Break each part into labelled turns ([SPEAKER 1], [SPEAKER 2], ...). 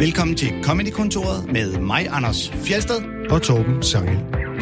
[SPEAKER 1] Velkommen til Comedy-kontoret med mig, Anders Fjeldsted
[SPEAKER 2] og Torben Sangel.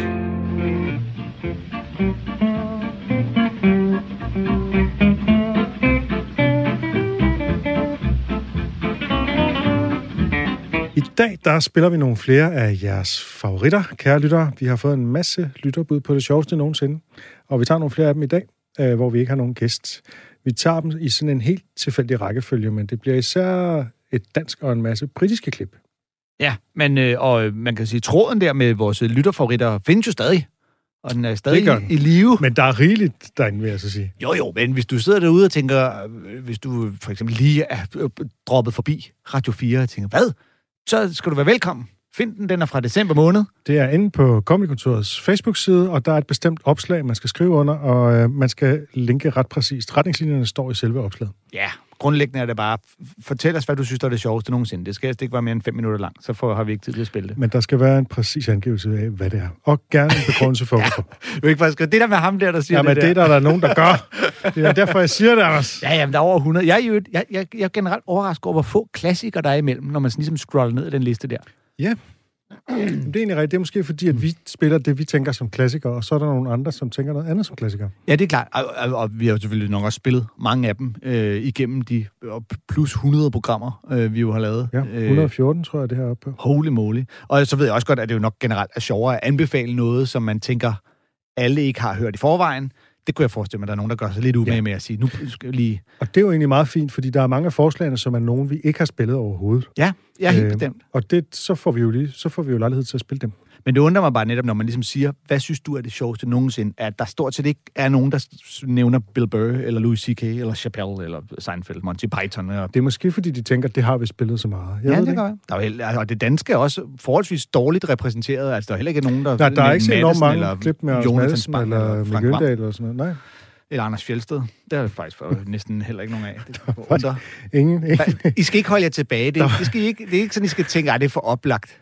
[SPEAKER 2] I dag der spiller vi nogle flere af jeres favoritter, kære lyttere. Vi har fået en masse lytterbud på det sjoveste nogensinde, og vi tager nogle flere af dem i dag, hvor vi ikke har nogen gæst. Vi tager dem i sådan en helt tilfældig rækkefølge, men det bliver især et dansk og en masse britiske klip.
[SPEAKER 3] Ja, men og man kan sige, tråden der med vores lytterfavoritter findes jo stadig. Og den er stadig i live.
[SPEAKER 2] Men der er rigeligt derinde, vil jeg så sige.
[SPEAKER 3] Jo, men hvis du sidder derude og tænker, hvis du for eksempel lige er droppet forbi Radio 4 og tænker, hvad? Så skal du være velkommen. Find den er fra december måned.
[SPEAKER 2] Det er inde på Comedy-kontorets Facebook-side, og der er et bestemt opslag, man skal skrive under, og man skal linke ret præcist. Retningslinjerne står i selve opslaget.
[SPEAKER 3] Ja, grundlæggende er det bare, fortæl os, hvad du synes, der er det sjoveste nogensinde. Det skal helst ikke være mere end 5 minutter langt, så har vi ikke tid til at spille det.
[SPEAKER 2] Men der skal være en præcis angivelse af, hvad det er. Og gerne en begrundelse for, hvorfor.
[SPEAKER 3] Du ikke faktisk det der med ham der siger
[SPEAKER 2] det der. Ja, men det der er nogen, der gør. Det er derfor, jeg siger det, Anders.
[SPEAKER 3] Ja, men der er over 100. Jeg er generelt overrasket over, hvor få klassikere der er imellem, når man sådan ligesom scroller ned i den liste der.
[SPEAKER 2] Ja. Det er egentlig rigtigt. Det er måske fordi, at vi spiller det, vi tænker som klassikere, og så er der nogle andre, som tænker noget andet som klassikere.
[SPEAKER 3] Ja, det er klart. Og vi har jo selvfølgelig nok også spillet mange af dem igennem de plus 100 programmer, vi jo har lavet.
[SPEAKER 2] Ja, 114 tror jeg, det her oppe på.
[SPEAKER 3] Holy moly. Og så ved jeg også godt, at det jo nok generelt er sjovere at anbefale noget, som man tænker, alle ikke har hørt i forvejen. Det kunne jeg forestille mig, at der er nogen, der gør sig lidt umage med at sige, nu skal vi lige...
[SPEAKER 2] Og det er jo egentlig meget fint, fordi der er mange af forslagene, som er nogen, vi ikke har spillet overhovedet.
[SPEAKER 3] Ja, helt bestemt.
[SPEAKER 2] Og så får vi jo lejlighed til at spille dem.
[SPEAKER 3] Men det undrer mig bare netop, når man ligesom siger, hvad synes du er det sjoveste nogensinde, at der stort set ikke er nogen, der nævner Bill Burr, eller Louis C.K., eller Chappelle, eller Seinfeld, Monty Python.
[SPEAKER 2] Det er måske, fordi de tænker, at det har vi spillet så meget.
[SPEAKER 3] Ja, det gør jeg. Og det danske er også forholdsvis dårligt repræsenteret. Altså, der er heller ikke nogen, der...
[SPEAKER 2] Nej, der er ikke så enormt mange klip med Jonas Madsen, eller Mikke Øndal, eller sådan noget. Nej.
[SPEAKER 3] Eller Anders Fjeldsted. Det er faktisk næsten heller ikke nogen af.
[SPEAKER 2] Det ingen.
[SPEAKER 3] I skal ikke holde jer tilbage. Det er ikke sådan, I skal tænke, at det er for oplagt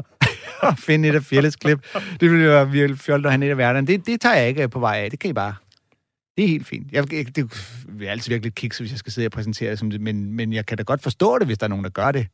[SPEAKER 3] at finde et af Fjeldes klip. Det ville jo være virkelig fjollet at have et af hverdagen. Det tager jeg ikke på vej af. Det kan I bare. Det er helt fint. Det vil altid virkelig kikse, hvis jeg skal sidde og præsentere det, men jeg kan da godt forstå det, hvis der er nogen, der gør det.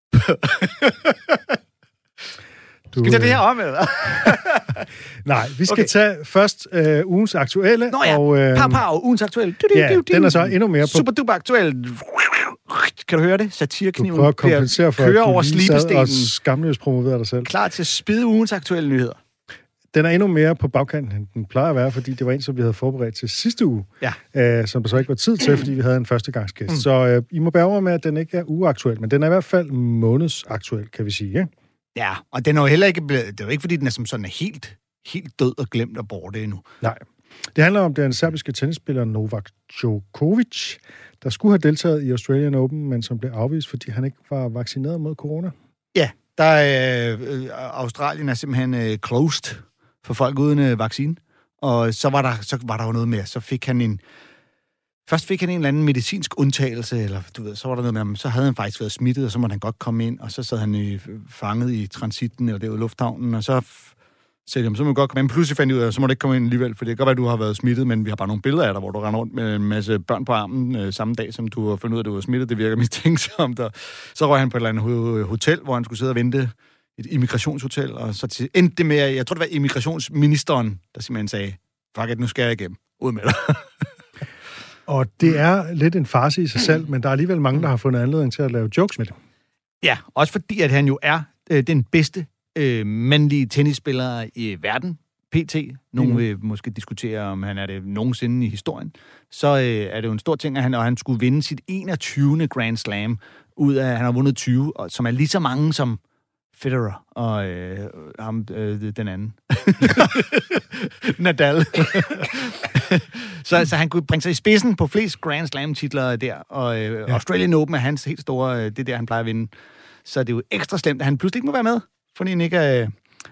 [SPEAKER 3] Skal vi tage det her om, eller?
[SPEAKER 2] Nej, vi skal tage først ugens aktuelle.
[SPEAKER 3] Nå ja, ugens aktuelle.
[SPEAKER 2] Den er så endnu mere på...
[SPEAKER 3] Super duper aktuel. Kan du høre det? Satirkniven.
[SPEAKER 2] Du prøver at kompensere for,
[SPEAKER 3] kører
[SPEAKER 2] at
[SPEAKER 3] over
[SPEAKER 2] du lige sad
[SPEAKER 3] slibestenen.
[SPEAKER 2] og skamløst promoverer dig selv.
[SPEAKER 3] Klar til at spide ugens aktuelle nyheder.
[SPEAKER 2] Den er endnu mere på bagkanten, end den plejer at være, fordi det var en, som vi havde forberedt til sidste uge, som der så ikke var tid til, fordi vi havde en førstegangsgæst. Så I må bære over med, at den ikke er ugeaktuel, men den er i hvert fald månedsaktuel, kan vi sige, ikke?
[SPEAKER 3] Ja, og den er jo heller ikke blevet... Det er jo ikke, fordi den er som sådan helt død og glemt og borte endnu.
[SPEAKER 2] Nej. Det handler om den serbiske tennisspiller Novak Djokovic, der skulle have deltaget i Australian Open, men som blev afvist, fordi han ikke var vaccineret mod corona.
[SPEAKER 3] Ja, Australien er simpelthen closed for folk uden vaccine. Og så var der jo noget mere. Først fik han en eller anden medicinsk undtagelse, eller du ved, så var der noget med ham. Så havde han faktisk været smittet, og så måtte han godt komme ind, og så sad han fanget i transitten, eller derude i lufthavnen, og så sagde de, så må du godt komme ind. Pludselig fandt de ud af, så må du ikke komme ind alligevel, for det kan godt være, at du har været smittet, men vi har bare nogle billeder af dig, hvor du render rundt med en masse børn på armen samme dag, som du har fundet ud af, at du var smittet. Det virker mistænksomt. Så røg han på et eller andet hotel, hvor han skulle sidde og vente, et immigrationshotel, og så endte det med, jeg tror, det var immigrationsministeren, der simpelthen sagde, fuck it, nu skal jeg igennem. Ud med dig.
[SPEAKER 2] Og det er lidt en farce i sig selv, men der er alligevel mange, der har fundet anledning til at lave jokes med det.
[SPEAKER 3] Ja, også fordi, at han jo er den bedste mandlige tennisspiller i verden, PT. Nogen vil måske diskutere, om han er det nogensinde i historien. Så er det jo en stor ting, at han skulle vinde sit 21. Grand Slam, ud af, han har vundet 20, som er lige så mange som Federer og ham, den anden. Nadal. så han kunne bringe sig i spidsen på flest Grand Slam-titler der, og Australian Open er hans helt store, det er der, han plejer at vinde. Så det er jo ekstra slemt, at han pludselig ikke må være med, fordi han ikke er...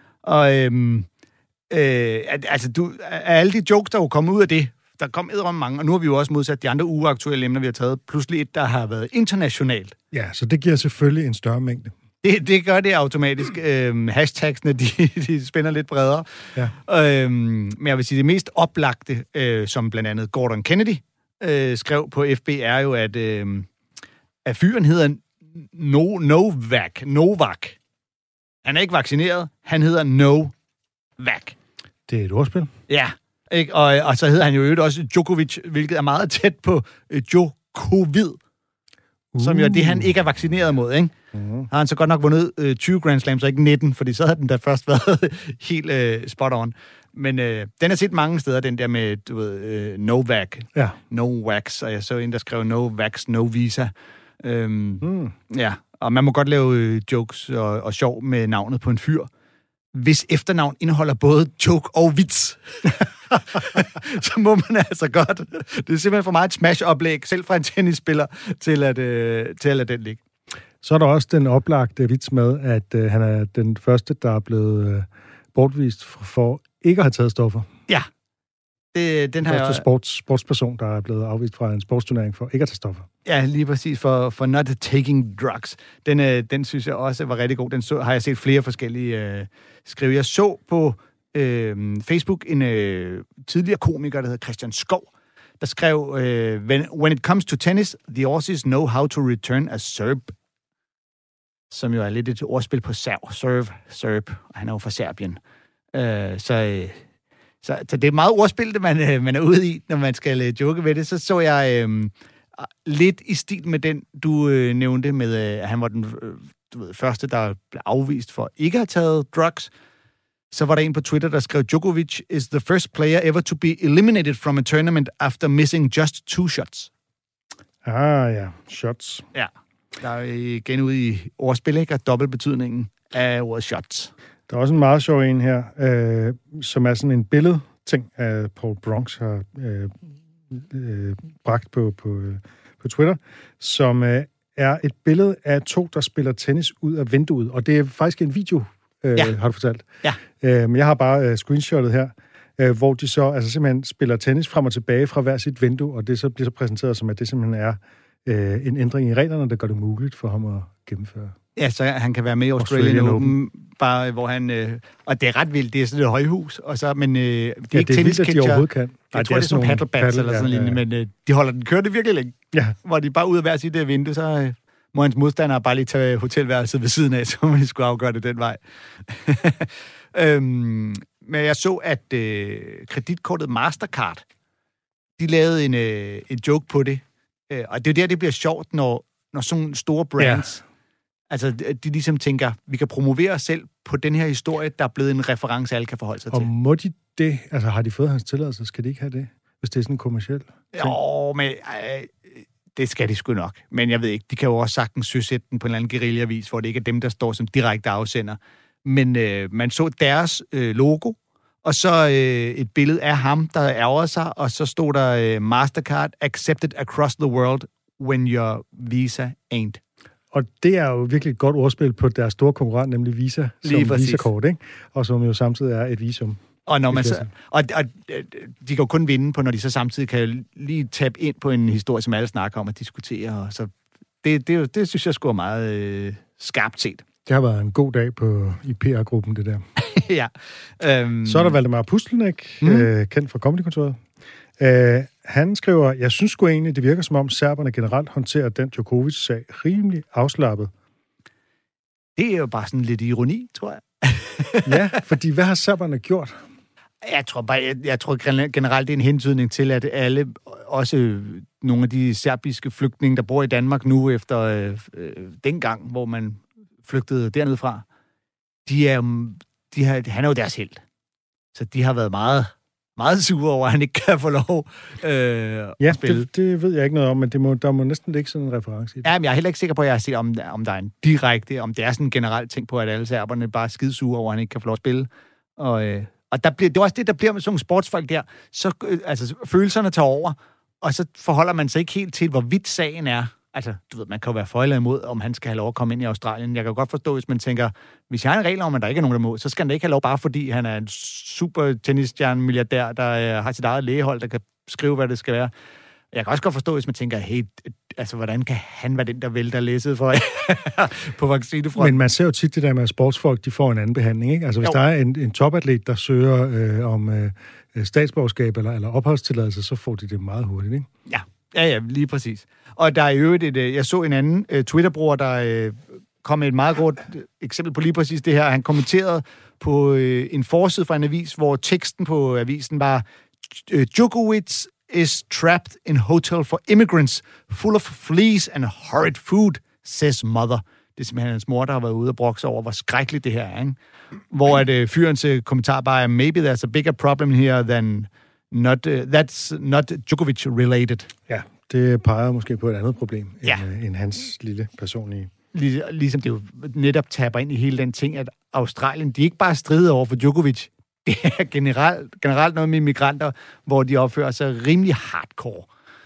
[SPEAKER 3] alle de jokes, der er jo kommet ud af det, der kom edderom mange, og nu har vi jo også modsat de andre ugeaktuelle emner, vi har taget, pludselig et, der har været internationalt.
[SPEAKER 2] Ja, så det giver selvfølgelig en større mængde.
[SPEAKER 3] Det gør det automatisk. Hashtagsene, de spænder lidt bredere. Ja. Men jeg vil sige, det mest oplagte, som blandt andet Gordon Kennedy skrev på FB, er jo, at fyren hedder Novak. Han er ikke vaccineret. Han hedder Novak.
[SPEAKER 2] Det er et ordspil.
[SPEAKER 3] Ja, ikke? Og så hedder han jo også Djokovic, hvilket er meget tæt på Djokovid, som jo er det, han ikke er vaccineret mod, ikke? Har han så godt nok vundet 20 Grand Slams, og ikke 19, fordi så havde den da først været helt spot on. Men den er set mange steder, den der med, du ved, Novak.
[SPEAKER 2] Ja.
[SPEAKER 3] No wax, og jeg så en, der skrev no vax, no visa. Ja, og man må godt lave jokes og sjov med navnet på en fyr, hvis efternavn indeholder både joke og vits. Så må man altså godt. Det er simpelthen for meget et smash-oplæg, selv fra en tennisspiller, til at lade den ligge.
[SPEAKER 2] Så er der også den oplagte vits med, at han er den første, der er blevet bortvist for ikke at have taget stoffer.
[SPEAKER 3] Ja. Den
[SPEAKER 2] første sportsperson, der er blevet afvist fra en sportsturnering for ikke at tage stoffer.
[SPEAKER 3] Ja, lige præcis, for not taking drugs. Den synes jeg også var rigtig god. Har jeg set flere forskellige skrive. Jeg så på Facebook en tidligere komiker, der hedder Christian Skov, der skrev, when it comes to tennis, the Aussies know how to return a serve, som jo er lidt et ordspil på serve, og han er jo fra Serbien. Så det er meget ordspil, det man er ude i, når man skal joke ved det. Så jeg lidt i stil med den, du nævnte med, at han var den første, der blev afvist for ikke at have taget drugs. Så var der en på Twitter, der skrev, Djokovic is the first player ever to be eliminated from a tournament after missing just 2 shots.
[SPEAKER 2] Ja, shots.
[SPEAKER 3] Ja, der er igen ude i ordspil, ikke? Og dobbeltbetydningen af ordet shots.
[SPEAKER 2] Der er også en meget sjov en her, som er sådan en billedting, af Paul Bronx har bragt på Twitter, som er et billede af 2, der spiller tennis ud af vinduet. Og det er faktisk en video, har du fortalt.
[SPEAKER 3] Ja.
[SPEAKER 2] Men jeg har bare screenshotet her, hvor de så altså simpelthen spiller tennis frem og tilbage fra hver sit vindue, og det så bliver så præsenteret som, at det simpelthen er en ændring i reglerne, der gør det muligt for ham at gennemføre.
[SPEAKER 3] Ja, så han kan være med i Australian Open, bare hvor han... og det er ret vildt, det er sådan et højhus, og så, men det er ikke tennisketcher.
[SPEAKER 2] De overhovedet kan.
[SPEAKER 3] Jeg tror, det er sådan nogle paddlebats eller sådan lignende, men de holder den kørende virkelig længe. Ja. Hvor de bare ud af hver sit vindue, så må hans modstandere bare lige tage hotelværelset ved siden af, så må de skulle afgøre det den vej. Men jeg så, at kreditkortet Mastercard, de lavede en joke på det. Og det er der, det bliver sjovt, når sådan store brands... Ja. Altså, de ligesom tænker, vi kan promovere os selv på den her historie, der er blevet en reference, alle kan forholde sig til.
[SPEAKER 2] Og må de det? Altså, har de fået hans tilladelse? Skal de ikke have det, hvis det er sådan en kommerciel ting?
[SPEAKER 3] Jo, men det skal de sgu nok. Men jeg ved ikke, de kan jo også sagtens søsætte den på en eller anden guerillavis, hvor det ikke er dem, der står som direkte afsender. Men man så deres logo, og så et billede af ham, der ærger sig, og så stod der Mastercard accepted across the world when your visa ain't.
[SPEAKER 2] Og det er jo virkelig et godt ordspil på deres store konkurrent, nemlig Visa, som Visa-kort, ikke? Og som jo samtidig er et visum.
[SPEAKER 3] Og når man så, og de kan jo kun vinde på, når de så samtidig kan lige tabe ind på en historie, som alle snakker om at diskutere. Og så det synes jeg sgu er meget skarpt set.
[SPEAKER 2] Det har været en god dag i PR-gruppen, det der.
[SPEAKER 3] Ja.
[SPEAKER 2] Så er der Valdemar Pustelnik, kendt fra Comedy-kontoret. Han skriver, jeg synes sgu egentlig, det virker som om serberne generelt håndterer den Djokovic-sag rimelig afslappet.
[SPEAKER 3] Det er jo bare sådan lidt ironi, tror jeg.
[SPEAKER 2] Ja, fordi hvad har serberne gjort?
[SPEAKER 3] Jeg tror generelt, det er en hentydning til, at alle, også nogle af de serbiske flygtninge, der bor i Danmark nu efter dengang, hvor man flygtede dernede fra, han er jo deres helt. Så de har været meget, meget sure over, at han ikke kan få lov at spille.
[SPEAKER 2] Det ved jeg ikke noget om, men der må næsten ligge sådan en reference i det.
[SPEAKER 3] Ja, men jeg er heller ikke sikker på, at jeg har set, om der er en direkte, om det er sådan en generelt ting på, at alle serberne bare er skidesure over, at han ikke kan få lov at spille. Og det er også det, der bliver med sådan nogle sportsfolk der. Så følelserne tager over, og så forholder man sig ikke helt til, hvor vidt sagen er. Altså, du ved, man kan jo være for eller imod, om han skal have lov at komme ind i Australien. Jeg kan jo godt forstå, hvis man tænker, hvis jeg har en regel om, at der ikke er nogen, der må, så skal han da ikke have lov, bare fordi han er en super tennisstjerne milliardær, der har sit eget lægehold, der kan skrive, hvad det skal være. Jeg kan også godt forstå, hvis man tænker, hey, altså, hvordan kan han være den, der vælter læsset for på vaccinefronten?
[SPEAKER 2] Men man ser jo tit det der med, at sportsfolk, de får en anden behandling, ikke? Altså, hvis der er en topatlet, der søger om statsborgerskab eller opholdstilladelse, så får de det meget hurtigt, ikke?
[SPEAKER 3] Ja. Ja, lige præcis. Og der er jo jeg så en anden Twitter-bruger, der kom med et meget godt eksempel på lige præcis det her. Han kommenterede på en forside fra en avis, hvor teksten på avisen var Djokovic is trapped in hotel for immigrants, full of fleas and horrid food, says mother. Det er simpelthen hans mor, der har været ude og brokse over, hvor skrækkeligt det her er, ikke? Hvor fyrens kommentar bare er, maybe there's a bigger problem here than that's not Djokovic-related.
[SPEAKER 2] Ja, det peger måske på et andet problem end hans lille personlige.
[SPEAKER 3] Ligesom det jo netop taber ind i hele den ting, at Australien, de ikke bare strider over for Djokovic, det er generelt noget med migranter, hvor de opfører sig rimelig hardcore.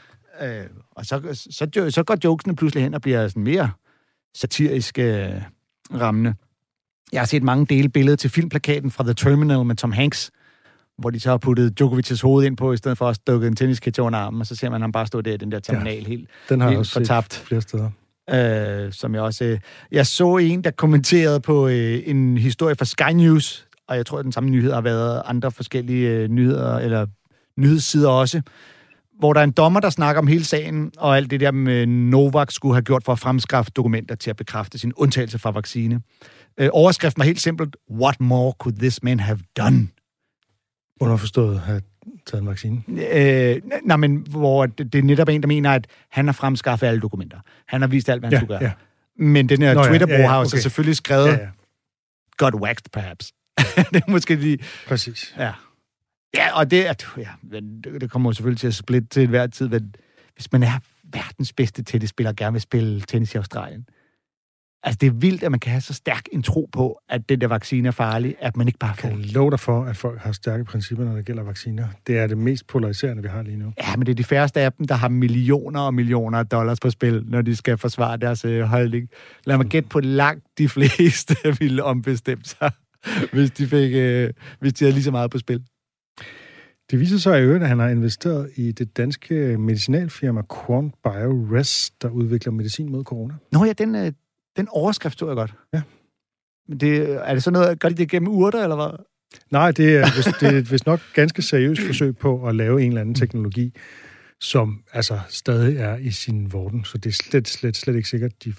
[SPEAKER 3] Og så går jokesene pludselig hen og bliver sådan mere satiriske rammende. Jeg har set mange dele billeder til filmplakaten fra The Terminal med Tom Hanks, hvor de så har puttet Djokovic's hoved ind på, i stedet for at stukke en tennisketch under armen, og så ser man ham bare stå der i den der terminal helt
[SPEAKER 2] den har jeg også
[SPEAKER 3] fortabt.
[SPEAKER 2] Set flere steder.
[SPEAKER 3] Som jeg også... Jeg så en, der kommenterede på en historie fra Sky News, og jeg tror, at den samme nyhed har været andre forskellige nyheder, eller nyhedssider også, hvor der er en dommer, der snakker om hele sagen, og alt det der med Novak skulle have gjort for at fremskaffe dokumenter til at bekræfte sin undtagelse fra vaccine. Overskriften var helt simpelt, what more could this man have done?
[SPEAKER 2] Underforstået have taget en vaccine?
[SPEAKER 3] Nej, men hvor det er netop en, der mener, at han har fremskaffet alle dokumenter. Han har vist alt, hvad han skulle gøre. Ja. Men den her Twitter-bruger har jo så selvfølgelig skrevet, got waxed, perhaps. Det er måske lige...
[SPEAKER 2] Præcis.
[SPEAKER 3] Ja, og det kommer jo selvfølgelig til at splitte til hver tid, men hvis man er verdens bedste tennisspiller og gerne vil spille tennis i Australien. Altså, det er vildt, at man kan have så stærk en tro på, at den der vaccine er farlig, at man ikke bare får...
[SPEAKER 2] Jeg kan love dig for, at folk har stærke principper, når det gælder vacciner. Det er det mest polariserende, vi har lige nu.
[SPEAKER 3] Ja, men det er de færreste af dem, der har millioner og millioner af dollars på spil, når de skal forsvare deres holdning. Lad mig gætte på, langt de fleste ville ombestemme sig, hvis de havde lige så meget på spil.
[SPEAKER 2] Det viser sig i øvrigt, at han har investeret i det danske medicinalfirma Quant Biores, der udvikler medicin mod corona.
[SPEAKER 3] Nå ja, den overskrift stod jeg godt.
[SPEAKER 2] Ja.
[SPEAKER 3] Men er det så noget, gør de det gennem urter, eller hvad?
[SPEAKER 2] Nej, det er vist nok ganske seriøst forsøg på at lave en eller anden teknologi, som altså stadig er i sin vorden, så det er slet ikke sikkert, at de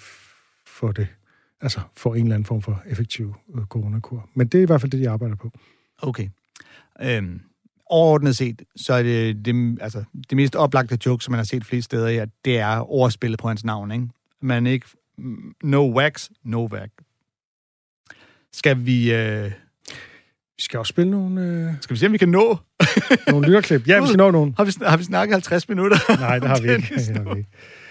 [SPEAKER 2] får en eller anden form for effektiv coronakur. Men det er i hvert fald det, de arbejder på.
[SPEAKER 3] Okay. Overordnet set, så er det mest oplagte joke, som man har set flere steder, det er overspillet på hans navn, ikke? Man ikke... No wax, no vac. Skal vi...
[SPEAKER 2] Vi skal også spille nogle...
[SPEAKER 3] Skal vi se, om vi kan nå?
[SPEAKER 2] Nogle lytterklip. Ja, vi skal nå nogle.
[SPEAKER 3] Har vi snakket 50 minutter?
[SPEAKER 2] Nej, det har vi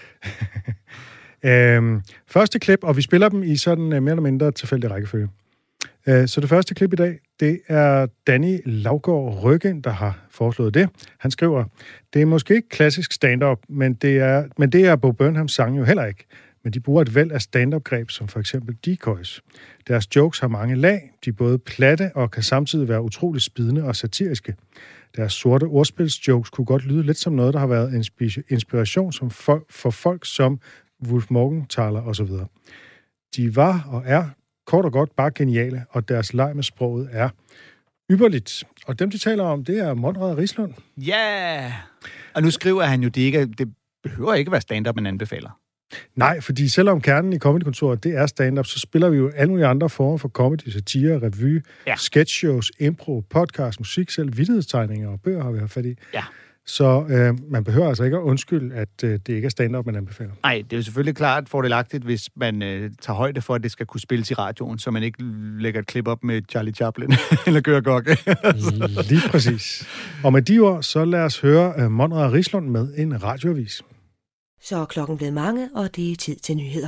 [SPEAKER 2] ikke. Første klip, og vi spiller dem i sådan mere eller mindre tilfældig rækkefølge. Så det første klip i dag, det er Danny Lavgaard Ryggen, der har foreslået det. Han skriver, det er måske ikke klassisk stand-up, men det er Bo Burnhams sang jo heller ikke. Men de bruger et væld af stand-up-greb, som for eksempel decoys. Deres jokes har mange lag, de er både platte og kan samtidig være utroligt spidende og satiriske. Deres sorte ordspilsjokes kunne godt lyde lidt som noget, der har været inspiration for folk som Wolf Morgenthaler osv. De var og er kort og godt bare geniale, og deres leg med sproget er ypperligt. Og dem, de taler om, det er Monrad Rislund.
[SPEAKER 3] Ja! Yeah. Og nu skriver han jo, det behøver ikke være stand-up, man anbefaler.
[SPEAKER 2] Nej, fordi selvom kernen i Comedykontoret, det er stand-up, så spiller vi jo alle mulige andre former for comedy, satire, revy, sketchshows, impro, podcast, musik, selv vittighedstegninger og bøger har vi haft fat i. Ja. Så man behøver altså ikke at undskylde, at det ikke er stand-up, man anbefaler. Nej, det er jo selvfølgelig klart fordelagtigt, hvis man tager højde for, at det skal kunne spilles i radioen, så man ikke lægger et klip op med Charlie Chaplin eller Gør Gokke. Lige præcis. Og med de ord, så lad os høre Monrad Rislund med en radioavis.
[SPEAKER 4] Så er klokken blevet mange, og det er tid til nyheder.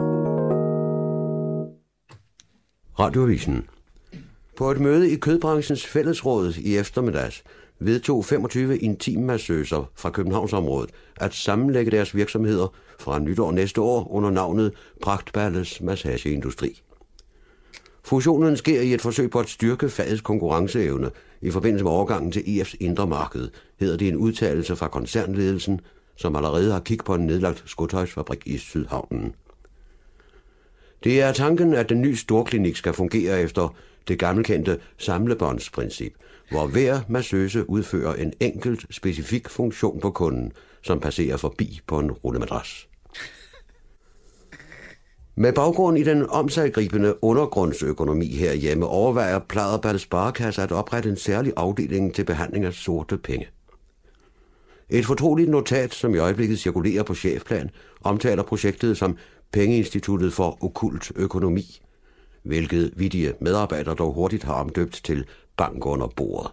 [SPEAKER 5] Radioavisen. På et møde i Kødbranchens Fællesråd i eftermiddags vedtog 25 intimmassøser fra Københavnsområdet at sammenlægge deres virksomheder fra nytår næste år under navnet Pragtballes Massageindustri. Fusionen sker i et forsøg på at styrke fagets konkurrenceevne i forbindelse med overgangen til IF's indre marked, hedder det en udtalelse fra koncernledelsen, som allerede har kigget på en nedlagt skotøjsfabrik i Sydhavnen. Det er tanken, at den nye storklinik skal fungere efter det gammelkendte samlebåndsprincip, hvor hver massøse udfører en enkelt, specifik funktion på kunden, som passerer forbi på en rullemadras. Med baggrund i den omsaggribende undergrundsøkonomi herhjemme overvejer Pladerball Sparekasse at oprette en særlig afdeling til behandling af sorte penge. Et fortroligt notat, som i øjeblikket cirkulerer på chefplan, omtaler projektet som Pengeinstituttet for Okkult Økonomi, hvilket vittige medarbejdere dog hurtigt har omdøbt til bank under bordet.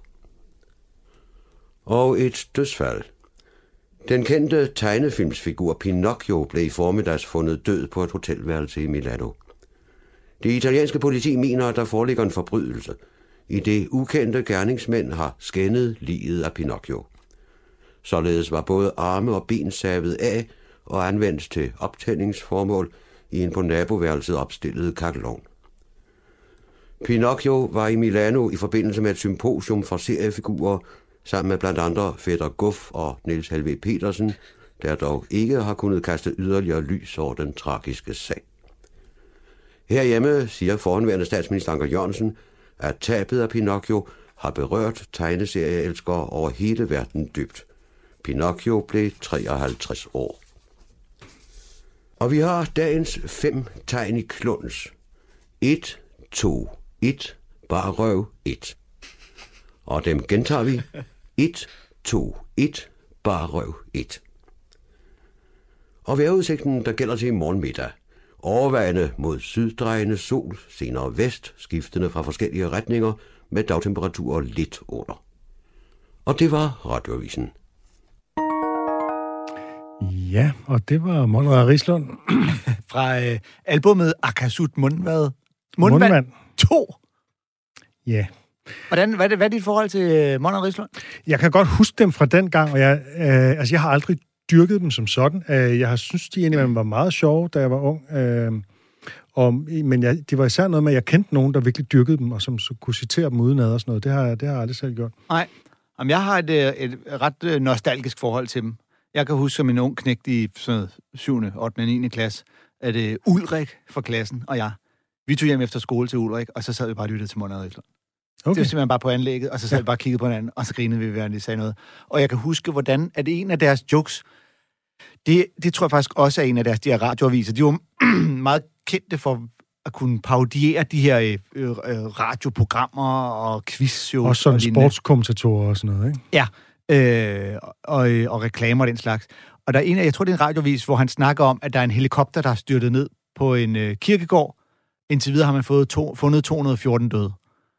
[SPEAKER 5] Og et dødsfald. Den kendte tegnefilmsfigur Pinocchio blev i formiddags fundet død på et hotelværelse i Milano. Det italienske politi mener, at der foreligger en forbrydelse, i det ukendte gerningsmænd har skændet liget af Pinocchio. Således var både arme og ben savet af og anvendt til optændingsformål i en på naboværelset opstillet kakkelovn. Pinocchio var i Milano i forbindelse med et symposium for seriefigurer, sammen med blandt andre Fætter Guf og Niels Helveg Petersen, der dog ikke har kunnet kaste yderligere lys over den tragiske sag. Herhjemme siger forhenværende statsminister Anker Jørgensen, at tabet af Pinocchio har berørt tegneserieelskere over hele verden dybt. Pinocchio blev 53 år. Og vi har dagens 5 tegn i kluns. 1, 2, 1, bare røv 1. Og dem gentager vi. 1, 2, 1, bare røv 1. Og vejrudsigten, der gælder til i morgen middag. Overvejende mod syddrejende sol, senere vest, skiftende fra forskellige retninger, med dagtemperaturer lidt under. Og det var Radioavisen.
[SPEAKER 2] Ja, og det var Monrad Rislund.
[SPEAKER 3] Fra albumet Akasut
[SPEAKER 2] Mundvand
[SPEAKER 3] 2.
[SPEAKER 2] Ja.
[SPEAKER 3] Hvad er dit forhold til Monrad Rislund?
[SPEAKER 2] Jeg kan godt huske dem fra den gang, og jeg har aldrig dyrket dem som sådan. Jeg har synes de egentlig var meget sjove, da jeg var ung. Men det var især noget med, at jeg kendte nogen, der virkelig dyrkede dem, og som så kunne citere dem udenad og sådan noget. Det har jeg aldrig selv gjort.
[SPEAKER 3] Nej. Jamen, jeg har et ret nostalgisk forhold til dem. Jeg kan huske som en ung knægt i 7., 8. og 9. klasse, at Ulrik fra klassen og jeg, vi tog hjem efter skole til Ulrik, og så sad vi bare og lyttede til Monrad Rislund. Okay. Det var simpelthen bare på anlægget, og så sad vi bare og kiggede på hinanden, og så grinede vi, hver de sagde noget. Og jeg kan huske, hvordan at en af deres jokes, det tror jeg faktisk også er en af de her radioaviser. De var meget kendte for at kunne parodiere de her radioprogrammer og quizshows.
[SPEAKER 2] Og sådan sportskommentatorer og sådan noget, ikke?
[SPEAKER 3] Ja, og reklamer og den slags. Og der er jeg tror det er en radioavis, hvor han snakker om, at der er en helikopter, der er styrtet ned på en kirkegård. Indtil videre har man fundet 214 døde.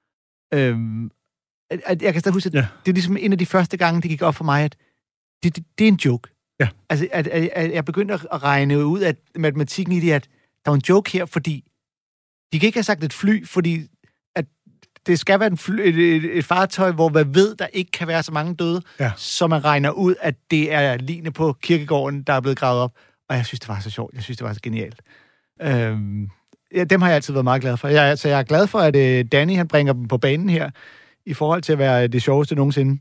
[SPEAKER 3] Jeg kan stadig huske, at det er ligesom en af de første gange, det gik op for mig, at det er en joke. Ja. Altså, at jeg begyndte at regne ud af matematikken i det, at der var en joke her, fordi de kan ikke have sagt et fly, fordi at det skal være et fartøj, hvor man ved, der ikke kan være så mange døde, så man regner ud, at det er ligene på kirkegården, der er blevet gravet op. Og jeg synes, det var så sjovt. Jeg synes, det var så genialt. Dem har jeg altid været meget glad for. Jeg er glad for, at Danny han bringer dem på banen her, i forhold til at være det sjoveste nogensinde.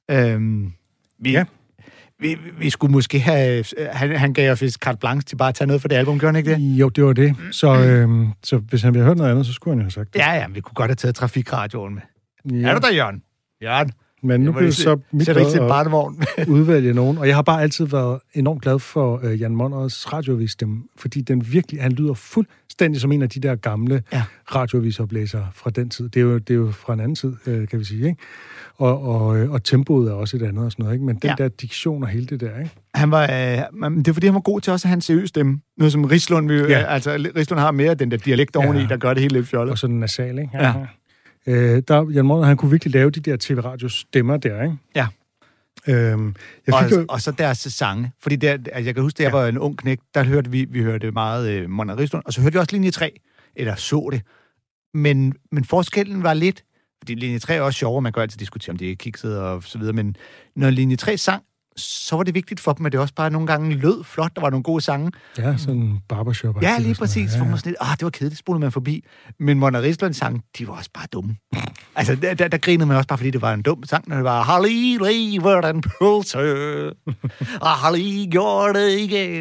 [SPEAKER 3] Vi skulle måske have... Han gav os carte blanche til bare at tage noget for det album, gjorde han ikke det?
[SPEAKER 2] Jo, det var det. Så hvis han ville have hørt noget andet, så skulle han jo have sagt det.
[SPEAKER 3] Ja, vi kunne godt have taget trafikradioen med. Ja. Er du der, Jørgen? Jørgen?
[SPEAKER 2] Men nu bliver det så mit
[SPEAKER 3] at
[SPEAKER 2] udvælge nogen. Og jeg har bare altid været enormt glad for Jan Monrads radioavisstemme, fordi han lyder fuldstændig som en af de der gamle radioavisoplæsere fra den tid. Det er jo fra en anden tid, kan vi sige, ikke? Og tempoet er også et andet og sådan noget, ikke? Men den der diktion og hele det der, ikke?
[SPEAKER 3] Det er fordi, han var god til også at have en seriøs stemme. Noget som Rislund, Rislund har mere den der dialekt oveni, der gør det helt lidt fjollet.
[SPEAKER 2] Og sådan nasal, ikke? Ja. Jan Monrad, han kunne virkelig lave de der tv-radiostemmer der, ikke? Ja.
[SPEAKER 3] Og så deres sange. Fordi jeg kan huske, at jeg var en ung knægt, der hørte vi hørte meget Monrad Rislund, og så hørte vi også linje 3, eller så det. Men forskellen var lidt, fordi linje 3 er også sjovere, man kan altid diskutere, om det er kikset og så videre, men når linje 3 sang, så var det vigtigt for dem, at det også bare nogle gange lød flot, der var nogle gode sange.
[SPEAKER 2] Ja, sådan barbershop.
[SPEAKER 3] Ja, lige præcis. Ja. For mig sådan lidt, det var kedeligt, spolede man forbi. Men Monrad Rislund sang, de var også bare dumme. Altså, der grinede man også bare, fordi det var en dum sang, når det var, Harley lever den pølse, og Harley gjorde det igen.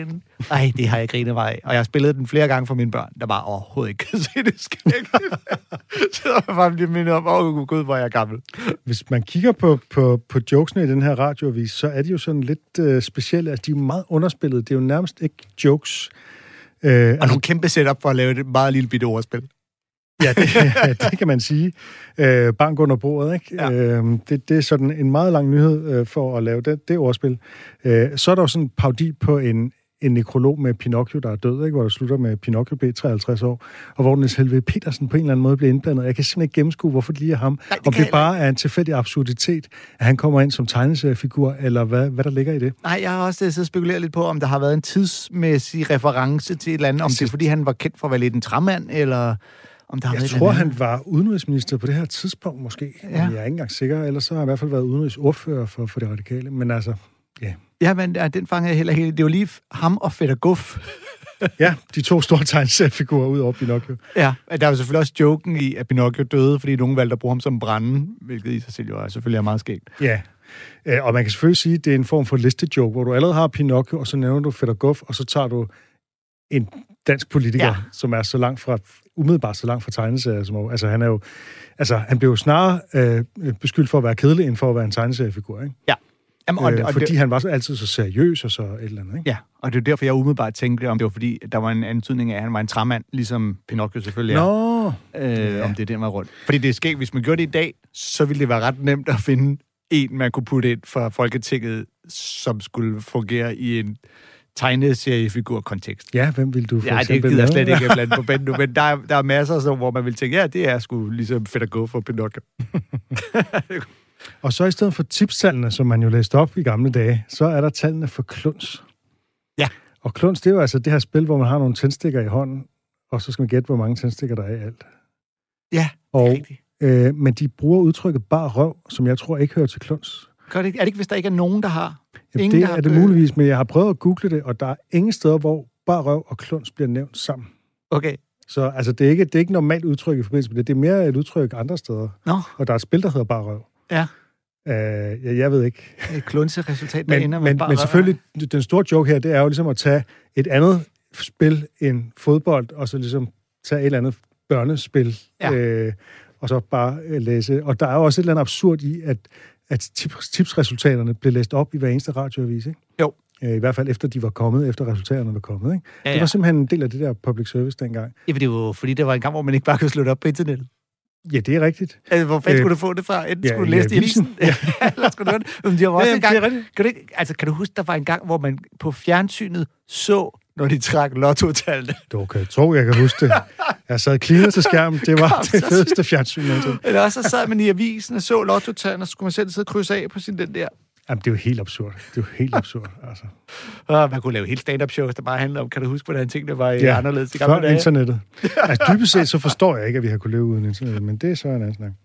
[SPEAKER 3] Nej, det har jeg grinet mig af. Og jeg har spillet den flere gange for mine børn, der bare overhovedet ikke kan se det skæg. Så jeg bare bliver mindet om, gud, hvor jeg er gammel.
[SPEAKER 2] Hvis man kigger på jokesene i den her radioavis, så er de jo sådan lidt specielle. Altså, de er jo meget underspillede. Det er jo nærmest ikke jokes.
[SPEAKER 3] Og nogle kæmpe setup for at lave et meget lille bitte ordspil.
[SPEAKER 2] Ja, det kan man sige. Bank under bordet, ikke?
[SPEAKER 3] Ja.
[SPEAKER 2] Det er sådan en meget lang nyhed for at lave det ordspil. Så er der jo sådan en parodi på en nekrolog med Pinocchio, der er død, ikke? Hvor der slutter med Pinocchio blev 53 år, og hvor Niels Helveg Petersen på en eller anden måde bliver indblandet. Jeg kan simpelthen ikke gennemskue, hvorfor det lige er ham.
[SPEAKER 3] Nej,
[SPEAKER 2] om det bare er en tilfældig absurditet, at han kommer ind som tegneseriefigur, eller hvad der ligger i det.
[SPEAKER 3] Nej, jeg har også så spekuleret lidt på, om der har været en tidsmæssig reference til et eller andet, om det er, fordi han var kendt for at være lidt en træmand, eller om der har
[SPEAKER 2] jeg tror, han var udenrigsminister på det her tidspunkt, måske. Ja. Jeg er ikke engang sikker, ellers så har han i hvert fald været udenrigsordfører for det radikale. Men altså, ja.
[SPEAKER 3] Ja, men den fanger jeg heller helt. Det var lige ham og Fætter Guf.
[SPEAKER 2] Ja, de to store tegneseriefigurer ud over Pinocchio.
[SPEAKER 3] Ja, der var selvfølgelig også joken i, at Pinocchio døde, fordi nogen valgte at bruge ham som brænde, hvilket i sig selv jo selvfølgelig er meget skægt.
[SPEAKER 2] Ja, og man kan selvfølgelig sige, at det er en form for listejoke, hvor du allerede har Pinocchio, og så nævner du Fætter Guf, og så tager du en dansk politiker, som er så langt fra, umiddelbart så langt fra tegneserier. Som, altså, han er jo, han blev jo snarere beskyldt for at være kedelig, end for at være en tegneseriefigur, ikke? Ja. Jamen, fordi han var så altid så seriøs og så et eller andet, ikke?
[SPEAKER 3] Ja, og det er derfor, jeg umiddelbart tænkte, om det var fordi, der var en antydning af, at han var en træmand, ligesom Pinocchio selvfølgelig er. Om det er den var rundt. Fordi det er skægt, hvis man gjorde det i dag, så ville det være ret nemt at finde en, man kunne putte ind fra Folketinget, som skulle fungere i en tegneseriefigur-kontekst.
[SPEAKER 2] Ja, hvem vil du for
[SPEAKER 3] eksempel? Ja, det gider jeg slet ikke blande på banden nu, men der er masser af sådan, hvor man vil tænke, ja, det er sgu ligesom fedt at gå for Pinocchio.
[SPEAKER 2] Og så i stedet for tipstallene, som man jo læste op i gamle dage, så er der tallene for kluns.
[SPEAKER 3] Ja.
[SPEAKER 2] Og kluns, det er jo altså det her spil, hvor man har nogle tændstikker i hånden, og så skal man gætte, hvor mange tændstikker der er i alt.
[SPEAKER 3] Ja, det er rigtigt.
[SPEAKER 2] Men de bruger udtrykket bar røv, som jeg tror ikke hører til kluns.
[SPEAKER 3] Er det ikke, hvis der ikke er nogen, der har?
[SPEAKER 2] Jamen, det er det muligvis, men jeg har prøvet at google det, og der er ingen steder, hvor bar røv og kluns bliver nævnt sammen.
[SPEAKER 3] Okay.
[SPEAKER 2] Så altså, det er ikke normalt udtryk i forbindelse med det. Det er mere et udtryk andre steder.
[SPEAKER 3] Nå.
[SPEAKER 2] Og der er et spil, der hedder bar røv.
[SPEAKER 3] Ja.
[SPEAKER 2] Jeg ved ikke.
[SPEAKER 3] Et klunseresultat, der ender med bar røv.
[SPEAKER 2] Men selvfølgelig, den store joke her, det er jo ligesom at tage et andet spil end fodbold, og så ligesom tage et eller andet børnespil, og så bare læse. Og der er jo også et eller andet absurd i, at tipsresultaterne blev læst op i hver eneste radioavis, ikke?
[SPEAKER 3] Jo.
[SPEAKER 2] I hvert fald efter de var kommet, efter resultaterne var kommet, ikke?
[SPEAKER 3] Ja.
[SPEAKER 2] Det var simpelthen en del af det der public service dengang.
[SPEAKER 3] Ja, men det var fordi, der var en gang, hvor man ikke bare kunne slå det op på internettet.
[SPEAKER 2] Ja, det er rigtigt.
[SPEAKER 3] Altså, hvor fanden skulle du få det fra? Enten skulle du læse det i avisen, eller skulle du men de var også en gang, kan du huske, der var en gang, hvor man på fjernsynet så, når de trak lottotallene?
[SPEAKER 2] Du kan tro, jeg kan huske det. Jeg sad klinet til skærmen. Det var det fedeste fjernsyn.
[SPEAKER 3] Eller også så sad man i avisen og så lottotallene, og så skulle man selv sidde og krydse af på sin den der.
[SPEAKER 2] Jamen, det er jo helt absurd. Altså.
[SPEAKER 3] Man kunne lave helt stand-up shows, der bare handler om, kan du huske, hvordan tingene var anderledes i gamle dage?
[SPEAKER 2] Internettet. Altså, dybest set, så forstår jeg ikke, at vi har kunnet leve uden internettet, men det er så en anden snak.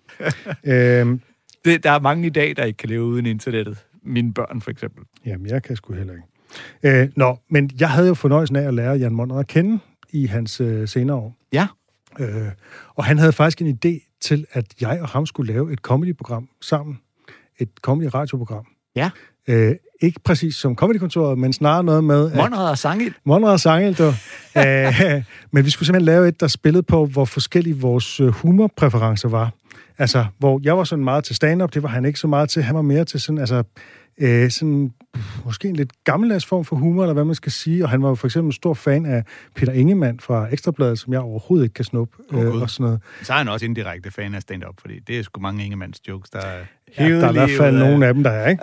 [SPEAKER 3] Der er mange i dag, der ikke kan leve uden internettet. Mine børn, for eksempel.
[SPEAKER 2] Jamen, jeg kan sgu heller ikke. Men jeg havde jo fornøjelsen af at lære Jan Monrad at kende i hans senere år.
[SPEAKER 3] Ja.
[SPEAKER 2] Og han havde faktisk en idé til, at jeg og ham skulle lave et comedy-program sammen. Et comedy-radioprogram.
[SPEAKER 3] Ja.
[SPEAKER 2] Ikke præcis som Comedykontoret, men snarere noget med...
[SPEAKER 3] Monrad og Sangil.
[SPEAKER 2] Monrad og Sangil, du. Men vi skulle simpelthen lave et, der spillede på, hvor forskellige vores humorpræferencer var. Altså, hvor jeg var sådan meget til stand-up, det var han ikke så meget til. Han var mere til sådan, sådan måske en lidt gammeldags form for humor, eller hvad man skal sige. Og han var jo for eksempel en stor fan af Peter Ingemann fra Ekstrabladet, som jeg overhovedet ikke kan snuppe. Og sådan noget.
[SPEAKER 3] Så er han også indirekte fan af stand-up, fordi det er sgu mange Ingemanns jokes, der er
[SPEAKER 2] der er i hvert fald nogle af dem, der er, ikke?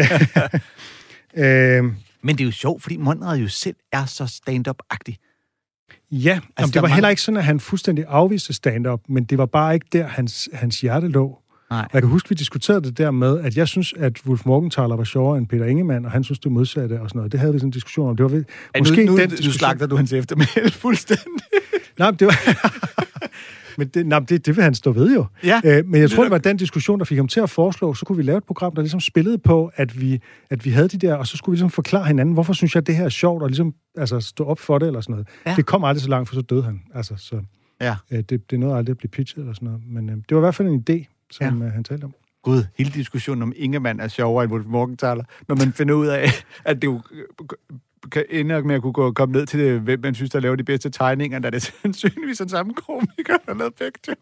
[SPEAKER 3] Men det er jo sjovt, fordi Monrad jo selv er så stand-up-agtig.
[SPEAKER 2] Ja, altså, det var heller ikke sådan, at han fuldstændig afviste stand-up, men det var bare ikke der, hans hjerte lå.
[SPEAKER 3] Nej.
[SPEAKER 2] Jeg kan huske, vi diskuterede det der med, at jeg synes, at Wolf Morgenthaler var sjovere end Peter Ingemann, og han synes det modsatte og sådan noget. Det havde vi sådan en diskussion om. Det var måske
[SPEAKER 3] nu
[SPEAKER 2] den
[SPEAKER 3] diskussion... slagter du hans eftermæl fuldstændig.
[SPEAKER 2] Nej, det var... Men det vil han stå ved jo.
[SPEAKER 3] Ja,
[SPEAKER 2] men jeg tror, det var den diskussion, der fik ham til at foreslå, så kunne vi lave et program, der ligesom spillede på, at vi havde de der, og så skulle vi ligesom forklare hinanden, hvorfor synes jeg, det her er sjovt, og ligesom stå op for det, eller sådan noget. Ja. Det kom aldrig så langt, for så døde han. Altså, så det nåede aldrig at blive pitchet, eller sådan noget. Men det var i hvert fald en idé, som han talte om.
[SPEAKER 3] Gud, hele diskussionen om Ingemann er sjovere end Wolf Morgenthaler, når man finder ud af, at det jo ender med at kunne komme ned til det, hvem man synes, der laver de bedste tegninger, da det er sandsynligvis den samme komiker, der har lavet begge to.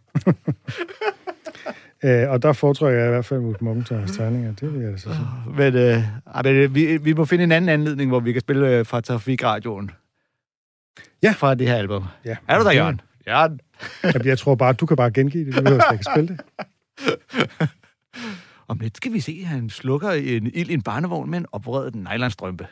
[SPEAKER 2] Og der foretrækker jeg i hvert fald mod Morgenthalers tegninger. Det vil jeg da så sige.
[SPEAKER 3] Men vi må finde en anden anledning, hvor vi kan spille fra Trafikradioen.
[SPEAKER 2] Ja.
[SPEAKER 3] Fra det her album.
[SPEAKER 2] Ja.
[SPEAKER 3] Er du der, Jørgen? Jørgen.
[SPEAKER 2] Jeg tror bare, du kan bare gengive det. Du behøver slet ikke spille det.
[SPEAKER 3] Om lidt skal vi se, at han slukker en ild i en barnevogn med en opredet nylonstrømpe.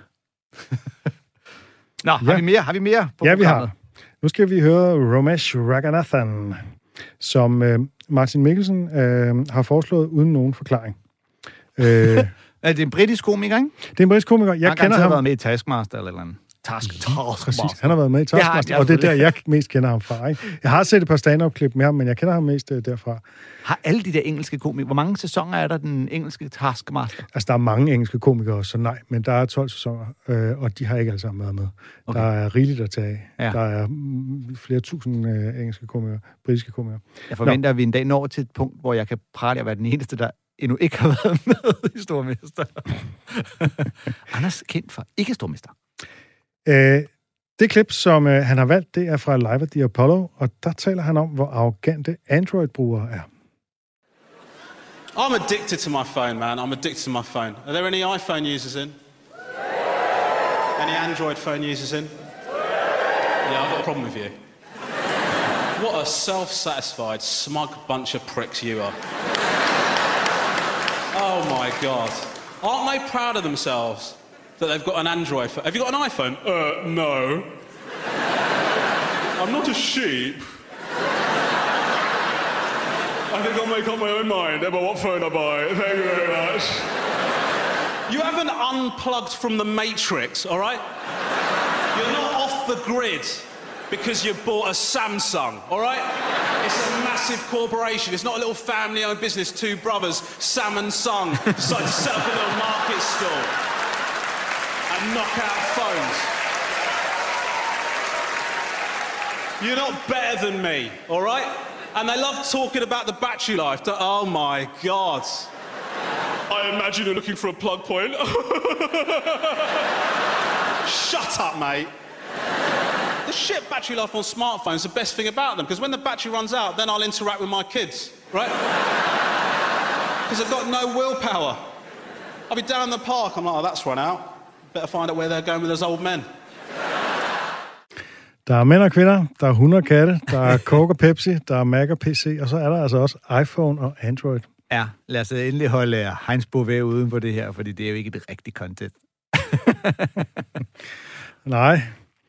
[SPEAKER 3] Nå, har vi mere? Har vi mere på
[SPEAKER 2] ja,
[SPEAKER 3] programmet?
[SPEAKER 2] Vi har. Nu skal vi høre Romesh Ranganathan, som Martin Mikkelsen har foreslået uden nogen forklaring.
[SPEAKER 3] Er det en britisk komiker, ikke?
[SPEAKER 2] Det er en britisk komiker. Jeg kender ham.
[SPEAKER 3] Han har været med i Taskmaster eller andet.
[SPEAKER 2] Præcis. Han har været med i Taskmaster, og det er der, jeg mest kender ham fra. Ikke? Jeg har set et par stand-up-klip med ham, men jeg kender ham mest derfra.
[SPEAKER 3] Har alle de der engelske komikere... Hvor mange sæsoner er der den engelske Taskmaster?
[SPEAKER 2] Altså, der er mange engelske komikere, så nej, men der er 12 sæsoner, og de har ikke alle sammen været med. Okay. Der er rigeligt at tage af. Ja. Der er flere tusind engelske komikere, britiske komikere.
[SPEAKER 3] Jeg forventer, at vi en dag når til et punkt, hvor jeg kan prale at være den eneste, der endnu ikke har været med i Stormester. Anders kendt for ikke Stormester.
[SPEAKER 2] Det klip, som han har valgt, det er fra Live at the Apollo, og der taler han om, hvor arrogante Android-brugere er.
[SPEAKER 6] I'm addicted to my phone, man. I'm addicted to my phone. Are there any iPhone users in? Any Android phone users in? Yeah, I've got a problem with you. What a self-satisfied, smug bunch of pricks you are. Oh my God. Aren't they proud of themselves? That they've got an Android phone. Have you got an iPhone? No. I'm not a sheep. I think I'll make up my own mind about what phone I buy. Thank you very much. You haven't unplugged from the Matrix, all right? You're not off the grid because you bought a Samsung, all right? It's a massive corporation. It's not a little family-owned business. Two brothers, Sam and Sung, decided to set up a little market stall and knock out phones. You're not better than me, all right? And they love talking about the battery life. Oh my God. I imagine you're looking for a plug point. Shut up, mate. The shit battery life on smartphones is the best thing about them, because when the battery runs out, then I'll interact with my kids, right? Because I've got no willpower. I'll be down in the park, I'm like, oh, that's run out. Better find out where they're going with those old men.
[SPEAKER 2] Der er mænd og kvinder, der er hunde og katte, der er Coke og Pepsi, der er Mac og PC, og så er der altså også iPhone og Android.
[SPEAKER 3] Ja, lad os endelig holde Heinz Bovær uden på det her, fordi det er jo ikke det rigtige content.
[SPEAKER 2] Nej.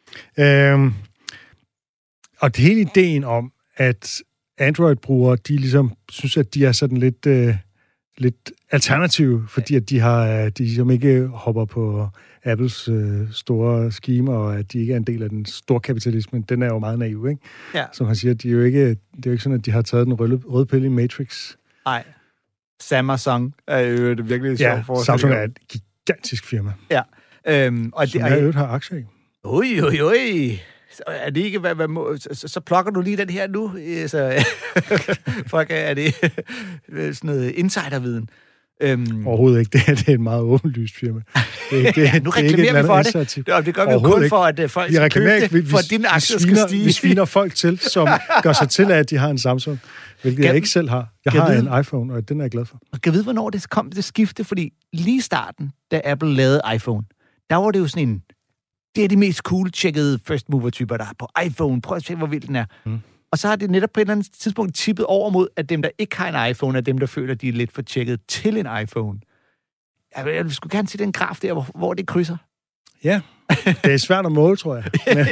[SPEAKER 2] Og det hele ideen om, at Android-brugere, de ligesom synes, at de er sådan lidt alternative, fordi at de ligesom ikke hopper på Apples store scheme, og at de ikke er en del af den store kapitalisme, den er jo meget naiv, ikke? Ja. Som han siger, det er jo ikke sådan, at de har taget den røde pille i Matrix. Nej.
[SPEAKER 3] Samsung er jo et virkelig sjovt forslag.
[SPEAKER 2] Samsung er et gigantisk firma.
[SPEAKER 3] Ja.
[SPEAKER 2] Og som jeg øvrigt har aktier i.
[SPEAKER 3] Ui. Så er det ikke, så plukker du lige den her nu? Så, fuck, er det sådan noget insiderviden?
[SPEAKER 2] Overhovedet ikke. Det er et meget åbenlyst firma.
[SPEAKER 3] Nu reklamerer vi for det. Det gør vi jo kun for, at folk skal købe det, for at dine aktier skal stige.
[SPEAKER 2] Vi sviner folk til, som gør sig til, at de har en Samsung, hvilket jeg ikke selv har. Jeg har en iPhone, og den er jeg glad for.
[SPEAKER 3] Og kan vide, hvornår det kom det skifte? Fordi lige i starten, da Apple lavede iPhone, der var det jo sådan en, det er de mest cool-tjekkede first mover-typer, der er på iPhone. Prøv at tjekke, hvor vild den er. Og så har det netop på et eller andet tidspunkt tippet over mod, at dem, der ikke har en iPhone, er dem, der føler, at de er lidt for tjekket til en iPhone. Jeg skulle gerne se den graf der, hvor det krydser.
[SPEAKER 2] Ja, det er svært at måle, tror jeg.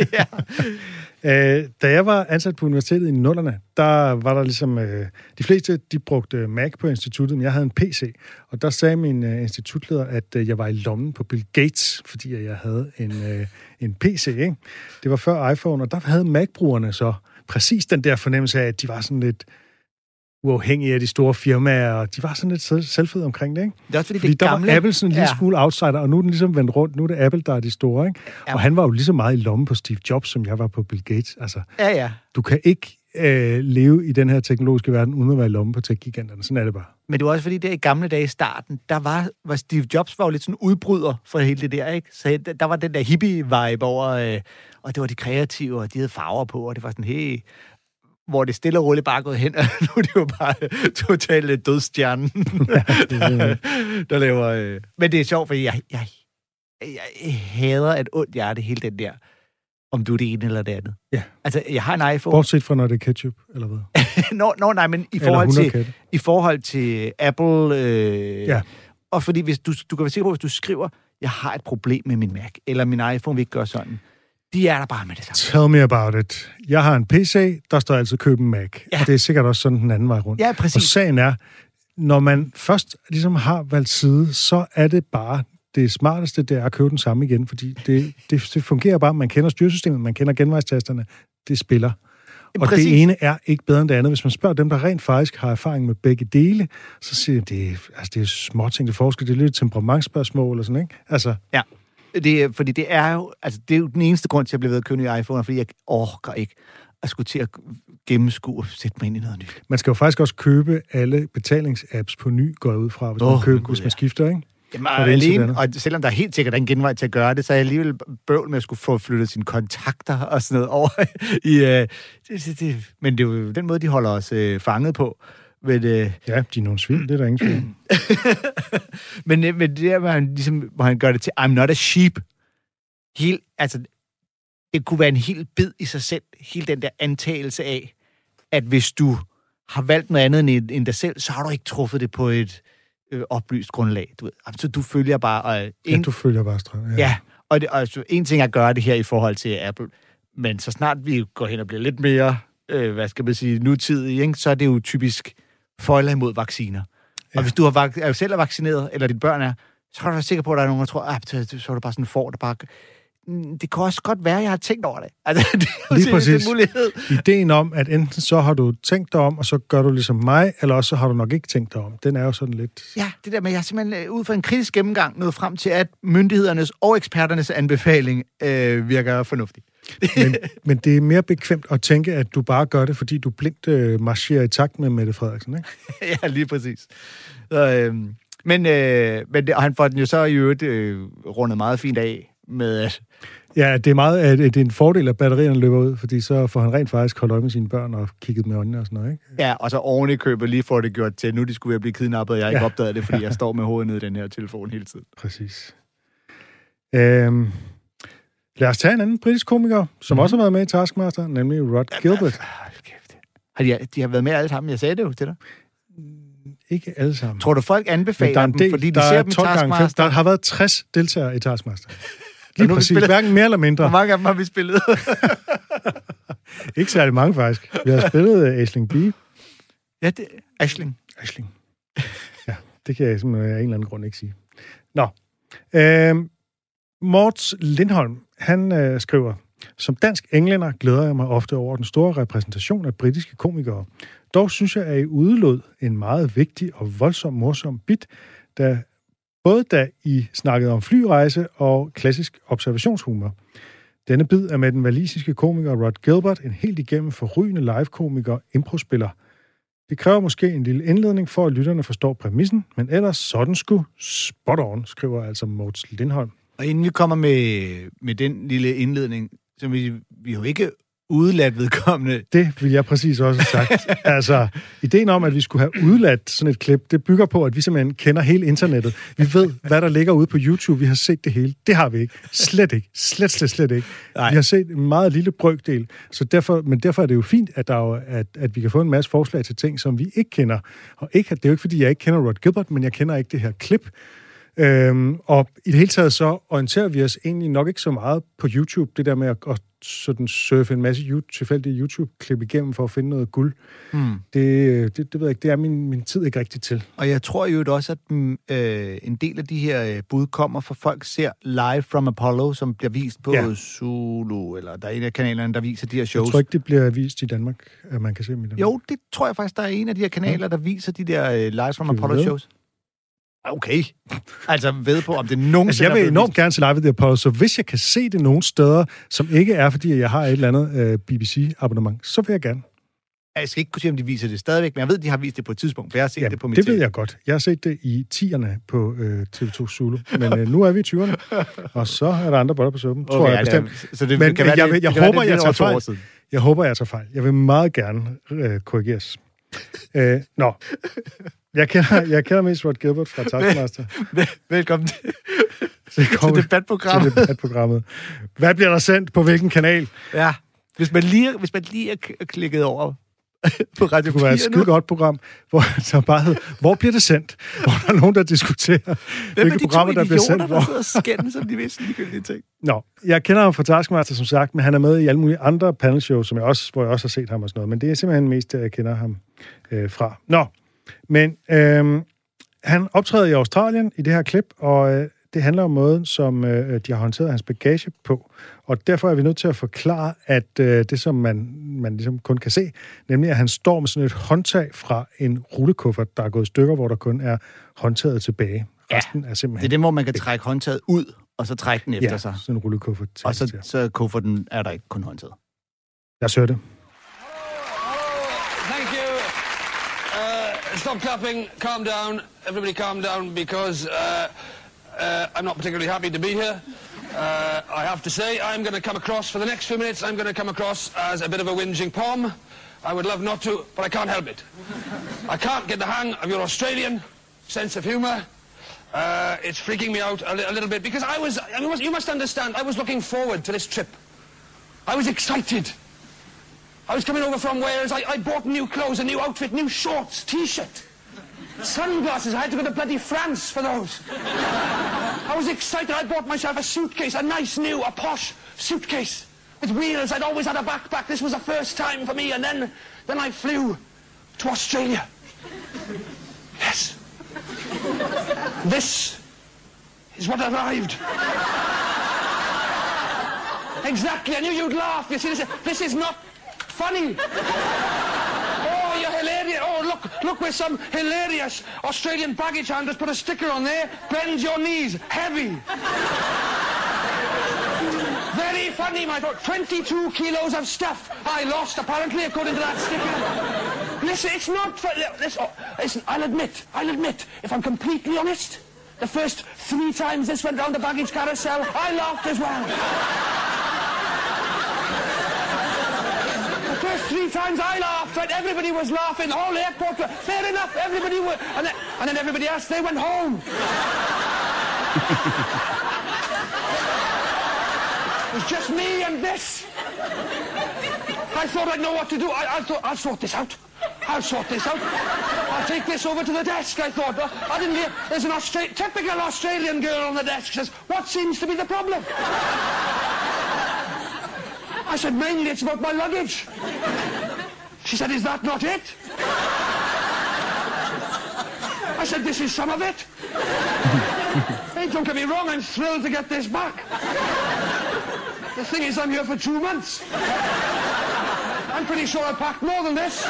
[SPEAKER 2] Men, da jeg var ansat på universitetet i 00'erne, der var der ligesom... de fleste, de brugte Mac på instituttet, men jeg havde en PC. Og der sagde min institutleder, at jeg var i lommen på Bill Gates, fordi jeg havde en PC, ikke? Det var før iPhone, og der havde Mac-brugerne så præcis den der fornemmelse af, at de var sådan lidt uafhængige af de store firmaer, og de var sådan lidt selvfede omkring det, ikke?
[SPEAKER 3] Det er også
[SPEAKER 2] fordi der var Apple sådan en lille smule outsider, og nu er den ligesom vendt rundt. Nu er det Apple, der er de store, ikke? Ja. Og han var jo lige så meget i lommen på Steve Jobs, som jeg var på Bill Gates. Altså, du kan ikke leve i den her teknologiske verden, uden at være i lommen på tech-giganterne. Sådan er det bare.
[SPEAKER 3] Men det var også fordi, der i gamle dage i starten, der var Steve Jobs var jo lidt sådan udbryder for hele det der, ikke? Så der var den der hippie-vibe over, og det var de kreative, og de havde farver på, og det var sådan, hey, hvor det stille og roligt bare gået hen, og nu er det jo bare totalt dødstjernen, der laver... Men det er sjovt, fordi jeg hader et ondt hjerte, hele den der, om du er det ene eller det andet.
[SPEAKER 2] Ja.
[SPEAKER 3] Altså, jeg har en iPhone...
[SPEAKER 2] Bortset fra, når det er ketchup, eller hvad?
[SPEAKER 3] Nej, men i forhold til Apple...
[SPEAKER 2] ja.
[SPEAKER 3] Og fordi hvis du kan være sikker på, hvis du skriver, jeg har et problem med min Mac, eller min iPhone vil ikke gøre sådan, de er der bare med det samme.
[SPEAKER 2] Tell me about it. Jeg har en PC, der står altid køb en Mac. Ja. Og det er sikkert også sådan den anden vej rundt.
[SPEAKER 3] Ja, præcis.
[SPEAKER 2] Og sagen er, når man først ligesom har valgt side, så er det bare det smarteste, det er at købe den samme igen, fordi det fungerer bare. Man kender styresystemet, man kender genvejstasterne, det spiller. Og præcis. Det ene er ikke bedre end det andet. Hvis man spørger dem, der rent faktisk har erfaring med begge dele, så siger de, det er småting, det forsker, det er lidt temperamentsspørgsmål og sådan, ikke? Altså...
[SPEAKER 3] Ja. Fordi det er jo den eneste grund til, at jeg blev ved at købe en iPhone, fordi jeg orker ikke at skulle til at gennemskue og sætte mig ind i noget nyt.
[SPEAKER 2] Man skal jo faktisk også købe alle betalingsapps på ny, går ud fra, hvis man skifter, ikke?
[SPEAKER 3] Jamen, alene, og selvom der er helt sikkert en genvej til at gøre det, så er jeg alligevel bøvl med at skulle få flyttet sine kontakter og sådan noget over i... men det er jo den måde, de holder os fanget på. Men,
[SPEAKER 2] ja, de er nogle svin, det er der ingen svin.
[SPEAKER 3] men det der, hvor han gør det til, I'm not a sheep. Det kunne være en hel bid i sig selv, hele den der antagelse af, at hvis du har valgt noget andet end dig selv, så har du ikke truffet det på et oplyst grundlag. Du ved. Altså, du følger bare...
[SPEAKER 2] du følger bare strøm.
[SPEAKER 3] Ja, og en ting er at gøre det her i forhold til Apple, men så snart vi går hen og bliver lidt mere, nutidige, ikke? Så er det jo typisk foiler imod vacciner. Ja. Og hvis du selv er vaccineret, eller dine børn er, så kan du være sikker på, at der er nogen, der tror, så er det bare sådan en der bare... Det kan også godt være, at jeg har tænkt over det. Altså, det er
[SPEAKER 2] lige præcis.
[SPEAKER 3] En mulighed.
[SPEAKER 2] Ideen om, at enten så har du tænkt dig om, og så gør du ligesom mig, eller også så har du nok ikke tænkt dig om. Den er jo sådan lidt... Ja,
[SPEAKER 3] det der med, jeg har simpelthen ud fra en kritisk gennemgang nået frem til, at myndighedernes og eksperternes anbefaling virker fornuftigt.
[SPEAKER 2] men det er mere bekvemt at tænke, at du bare gør det, fordi du blindt marcherer i takt med Mette Frederiksen, ikke?
[SPEAKER 3] Ja, lige præcis. Men han får den jo så i øvrigt rundet meget fint af med at...
[SPEAKER 2] Ja, det er en fordel, at batterierne løber ud, fordi så får han rent faktisk holdt øje med sine børn og kigget med øjnene og sådan noget, ikke?
[SPEAKER 3] Ja, og så oven i købet lige får det gjort til, nu de skulle være blive kidnappet, og jeg ikke opdaget det, fordi jeg står med hovedet nede i den her telefon hele tiden.
[SPEAKER 2] Præcis. Lad os tage en anden britisk komiker, som også har været med i Taskmaster, nemlig Rod Gilbert.
[SPEAKER 3] De har været med alle sammen, jeg sagde det jo til dig.
[SPEAKER 2] Ikke alle sammen.
[SPEAKER 3] Tror du, folk anbefaler dem, fordi de ser dem i Taskmaster?
[SPEAKER 2] Der har været 60 deltagere i Taskmaster. Lige præcis, hverken mere eller mindre.
[SPEAKER 3] Hvor mange af dem har vi spillet?
[SPEAKER 2] Ikke særlig mange, faktisk. Vi har spillet Aisling B.
[SPEAKER 3] Ja, det er Aisling.
[SPEAKER 2] Ja, det kan jeg simpelthen af en eller anden grund ikke sige. Nå. Morts Lindholm, han skriver, som dansk englænder glæder jeg mig ofte over den store repræsentation af britiske komikere. Dog synes jeg, at I udelod en meget vigtig og voldsom morsom bit, både da I snakkede om flyrejse og klassisk observationshumor. Denne bid er med den walisiske komiker Rod Gilbert, en helt igennem forrygende live-komiker, improspiller. Det kræver måske en lille indledning for, at lytterne forstår præmissen, men ellers sådan sgu spot on, skriver altså Morts Lindholm.
[SPEAKER 3] Og inden vi kommer med den lille indledning, så vi jo ikke udladt vedkommende.
[SPEAKER 2] Det vil jeg præcis også have sagt. Altså, ideen om, at vi skulle have udladt sådan et klip, det bygger på, at vi simpelthen kender hele internettet. Vi ved, hvad der ligger ude på YouTube. Vi har set det hele. Det har vi ikke. Slet ikke. Slet ikke. Nej. Vi har set en meget lille brøkdel. Så derfor er det jo fint, at vi kan få en masse forslag til ting, som vi ikke kender. Og det er jo ikke, fordi jeg ikke kender Rod Gilbert, men jeg kender ikke det her klip. Og i det hele taget så orienterer vi os egentlig nok ikke så meget på YouTube, det der med at sådan surfe en masse tilfældige YouTube-klip igennem for at finde noget guld. Det ved jeg ikke, det er min tid ikke rigtig til.
[SPEAKER 3] Og jeg tror jo også, at en del af de her bud kommer, for folk ser Live from Apollo, som bliver vist på Zulu, eller der er en af kanalerne, der viser de her shows.
[SPEAKER 2] Jeg tror ikke, det bliver vist i Danmark, at man kan se dem i Danmark.
[SPEAKER 3] Jo, det tror jeg faktisk, der er en af de her kanaler, der viser de der Live from Apollo-shows. Okay. Altså, ved på, om det nogensinde
[SPEAKER 2] jeg vil enormt gerne til Live with the Apollo, så hvis jeg kan se det nogle steder, som ikke er, fordi jeg har et eller andet BBC-abonnement, så vil jeg gerne.
[SPEAKER 3] Jeg skal ikke kunne sige, om de viser det stadigvæk, men jeg ved, de har vist det på et tidspunkt, for jeg har set det på mit
[SPEAKER 2] det ved jeg godt. Jeg har set det i 10'erne på TV2 Zulu, men nu er vi i 20'erne, og så er der andre boller på suppen, tror jeg bestemt.
[SPEAKER 3] Så det
[SPEAKER 2] men
[SPEAKER 3] kan være,
[SPEAKER 2] jeg håber, jeg tager fejl. Jeg håber, jeg tager fejl. Jeg vil meget gerne korrigeres. Jeg kender mest Rod Gilbert fra Taskmaster.
[SPEAKER 3] Velkommen til
[SPEAKER 2] debatprogrammet. Hvad bliver der sendt på hvilken kanal?
[SPEAKER 3] Ja, hvis man lige er klikket over på Radio 4
[SPEAKER 2] det kunne være et skide godt program, hvor så bare hed, hvor bliver det sendt? Hvor der er nogen, der diskuterer, hvilke programmer, der bliver sendt.
[SPEAKER 3] Hvem er de to idioter, der sidder og skændes om de vidste ligegyldige ting?
[SPEAKER 2] Jeg kender ham fra Taskmaster, som sagt, men han er med i alle mulige andre panelshows, hvor jeg også har set ham og sådan noget. Men det er simpelthen mest, jeg kender ham fra. Men han optræder i Australien i det her klip, og det handler om måden, som de har håndteret hans bagage på. Og derfor er vi nødt til at forklare, at det, som man ligesom kun kan se, nemlig at han står med sådan et håndtag fra en rullekuffert, der er gået i stykker, hvor der kun er håndtaget tilbage. Resten er simpelthen...
[SPEAKER 3] Det er det, hvor man kan trække håndtaget ud, og så trække den efter sig.
[SPEAKER 2] Sådan en rullekuffert.
[SPEAKER 3] Og så kufferten er der ikke kun håndtaget.
[SPEAKER 2] Lad os høre det.
[SPEAKER 7] Stop clapping, calm down, everybody calm down, because I'm not particularly happy to be here. I have to say, I'm going to come across, for the next few minutes, I'm going to come across as a bit of a whinging pom. I would love not to, but I can't help it. I can't get the hang of your Australian sense of humour. It's freaking me out a little bit, because you must understand, I was looking forward to this trip. I was excited. I was coming over from Wales, I bought new clothes, a new outfit, new shorts, t-shirt, sunglasses. I had to go to bloody France for those. I was excited. I bought myself a suitcase, a nice new, a posh suitcase with wheels. I'd always had a backpack. This was the first time for me. And then I flew to Australia. Yes. This is what arrived. Exactly. I knew you'd laugh. You see, this is not funny. Oh, you're hilarious. Oh, look where some hilarious Australian baggage handlers put a sticker on there. Bend your knees. Heavy. Very funny, my friend. 22 kilos of stuff I lost, apparently, according to that sticker. Listen, it's not... Listen, I'll admit, if I'm completely honest, the first 3 times this went round the baggage carousel, I laughed as well. The first 3 times I laughed, right? Everybody was laughing, the whole airport. Fair enough, everybody was. And then everybody else, they went home. It was just me and this. I thought I'd know what to do. I thought, I'll sort this out. I'll take this over to the desk, I thought. I didn't hear. There's an typical Australian girl on the desk. Says, what seems to be the problem? I said, mainly it's about my luggage. She said, is that not it? I said, this is some of it. Hey, don't get me wrong, I'm thrilled to get this back. The thing is, I'm here for 2 months. I'm pretty sure I packed more than this.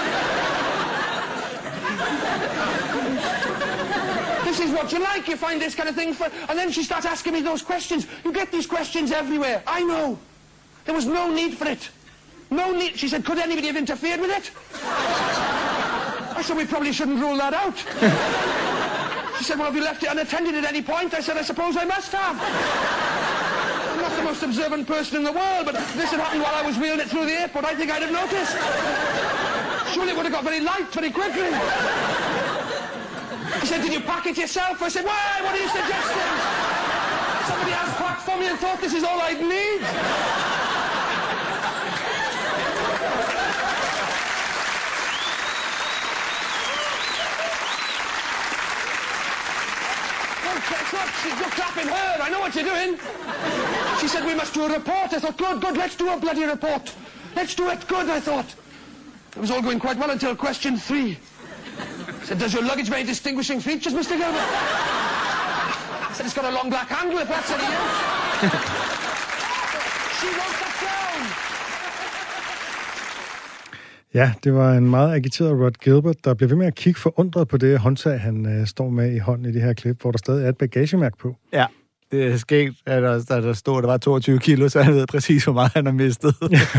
[SPEAKER 7] This is what you like, you find this kind of thing and then she starts asking me those questions. You get these questions everywhere. I know. There was no need for it. No need. She said, could anybody have interfered with it? I said, we probably shouldn't rule that out. She said, well, have you left it unattended at any point? I said, I suppose I must have. I'm not the most observant person in the world, but if this had happened while I was wheeling it through the airport, I think I'd have noticed. Surely it would have got very light very quickly. He said, did you pack it yourself? I said, why? What are you suggesting? Somebody else packed for me and thought this is all I'd need. It's not You're clapping her. I know what you're doing. She said we must do a report. I thought, good, let's do a bloody report. Let's do it, good, I thought. It was all going quite well until question 3. I said, does your luggage have any distinguishing features, Mr. Gilbert? I said, it's got a long black handle, if that's any use. She wrote that down.
[SPEAKER 2] Ja, det var en meget agiteret Rod Gilbert, der blev ved med at kigge forundret på det håndtag, han står med i hånden i det her klip, hvor der stadig er et bagagemærke på.
[SPEAKER 3] Ja, det er skægt, at der stod, at der var 22 kilo, så han ved præcis, hvor meget han har mistet.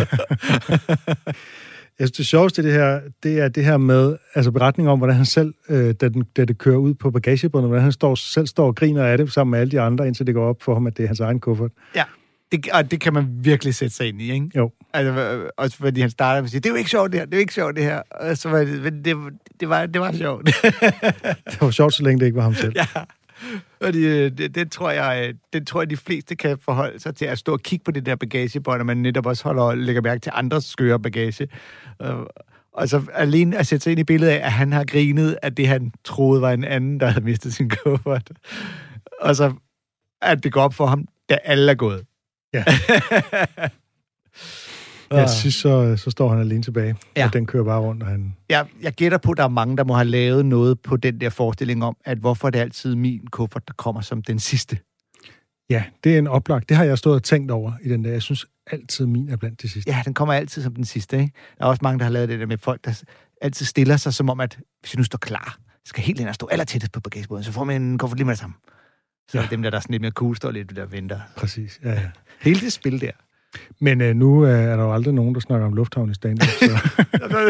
[SPEAKER 2] Jeg synes, det sjoveste det er det her med, altså beretning om, hvordan han selv, da det kører ud på bagagebåndet, hvordan han selv står og griner af det sammen med alle de andre, indtil det går op for ham, at det er hans egen kuffert. Ja.
[SPEAKER 3] Det kan man virkelig sætte sig ind i, ikke?
[SPEAKER 2] Jo.
[SPEAKER 3] Altså, også fordi han starter med at sige, det er jo ikke sjovt det her, det er jo ikke sjovt det her. Og så var det var sjovt.
[SPEAKER 2] Det var sjovt, så længe det ikke var ham selv.
[SPEAKER 3] Ja. Fordi det tror jeg, de fleste kan forholde sig til at stå og kigge på det der bagagebånd, og man netop også lægger mærke til andres skøre bagage. Og så alene at sætte sig ind i billedet af, at han har grinet, at det han troede var en anden, der havde mistet sin kuffert. Og så at det går op for ham, da alle er gået.
[SPEAKER 2] Ja. Jeg synes, så står han alene tilbage, og den kører bare rundt. Og han...
[SPEAKER 3] Jeg gætter på, at der er mange, der må have lavet noget på den der forestilling om, at hvorfor er det altid min kuffert, der kommer som den sidste.
[SPEAKER 2] Ja, det er en oplagt. Det har jeg stået og tænkt over i den der. Jeg synes altid, min er blandt de sidste.
[SPEAKER 3] Ja, den kommer altid som den sidste, ikke? Der er også mange, der har lavet det der med folk, der altid stiller sig som om, at hvis jeg nu står klar, skal helt ind og stå allertættest på bagagebåden, så får man en kuffert lige med det samme. Så er dem, der er sådan lidt mere cool, står lidt der venter.
[SPEAKER 2] Præcis, ja.
[SPEAKER 3] Hele det spil der.
[SPEAKER 2] Men nu er der jo aldrig nogen, der snakker om lufthavn i stand-up. Så.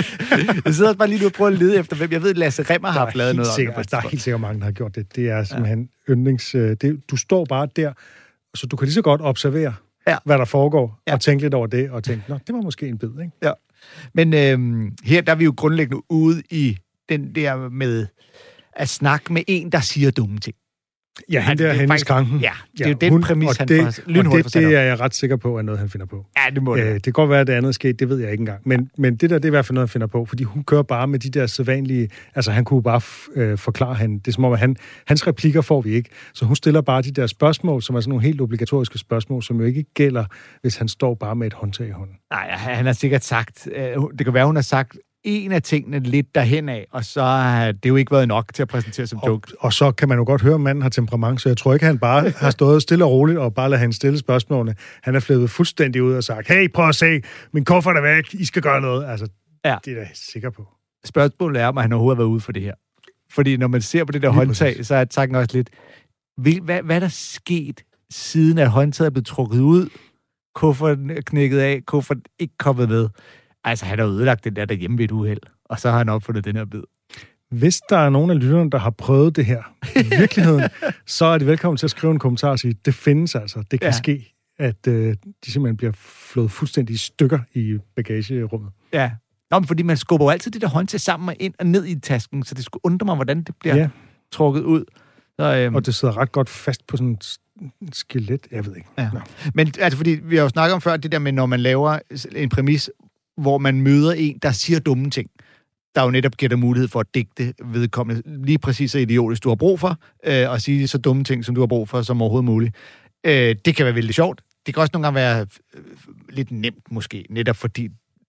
[SPEAKER 3] Jeg sidder også bare lige nu og prøver at lede efter, hvem jeg ved, Lasse Rimmer har lavet noget
[SPEAKER 2] om det. Der er helt sikkert mange, der har gjort det. Det er simpelthen yndlings... du står bare der, så du kan lige så godt observere, hvad der foregår, og tænke lidt over det, og tænke, nå, det var måske en bid, ikke?
[SPEAKER 3] Ja. Men her der er vi jo grundlæggende ude i den der med at snakke med en, der siger dumme ting.
[SPEAKER 2] Ja, han der Henning Skranken.
[SPEAKER 3] Ja, det er jo den præmis, han får lynhurtigt.
[SPEAKER 2] Det er jeg ret sikker på, er noget, han finder på.
[SPEAKER 3] Ja, det må det.
[SPEAKER 2] Det kan godt være, at det andet er sket, det ved jeg ikke engang. Men det der, det er i hvert fald noget, han finder på, fordi hun kører bare med de der sædvanlige... Altså, han kunne bare forklare hende. Det er som om, at hans replikker får vi ikke. Så hun stiller bare de der spørgsmål, som er sådan nogle helt obligatoriske spørgsmål, som jo ikke gælder, hvis han står bare med et håndtag i hånden.
[SPEAKER 3] Nej, han har sikkert sagt... Det kan være, hun har sagt... en af tingene lidt derhen af, og så har det jo ikke været nok til at præsentere som joke.
[SPEAKER 2] Og så kan man jo godt høre, at manden har temperament, så jeg tror ikke, han bare har stået stille og roligt og bare lader han stille spørgsmålene. Han er flippet fuldstændig ud og sagt, hey, prøv at se, min kuffert er væk, I skal gøre noget. Altså, det er jeg sikker på.
[SPEAKER 3] Spørgsmålet er, om han overhovedet har været ude for det her. Fordi når man ser på det der håndtag, så er tanken også lidt, hvad er der sket, siden at håndtaget er blevet trukket ud, kufferten knækket af, kufferten ikke kommet med. Altså, han har ødelagt den der derhjemme ved et uheld, og så har han opfundet den her bid.
[SPEAKER 2] Hvis der er nogen af lytterne, der har prøvet det her i virkeligheden, så er de velkommen til at skrive en kommentar og sige, det findes altså, det kan ske, at de simpelthen bliver flået fuldstændig i stykker i bagagerummet.
[SPEAKER 3] Ja, men fordi man skubber jo altid det der håndtag sammen og ind og ned i tasken, så det skulle undre mig, hvordan det bliver trukket ud. Så,
[SPEAKER 2] og det sidder ret godt fast på sådan et skelet, jeg ved ikke. Ja.
[SPEAKER 3] Men altså, fordi vi har jo snakket om før, det der med, når man laver en præmis, hvor man møder en, der siger dumme ting, der jo netop giver dig mulighed for at digte vedkommende lige præcis så idiotisk, du har brug for, og sige så dumme ting, som du har brug for, som overhovedet muligt. Det kan være vældig sjovt. Det kan også nogle gange være lidt nemt, måske, netop fordi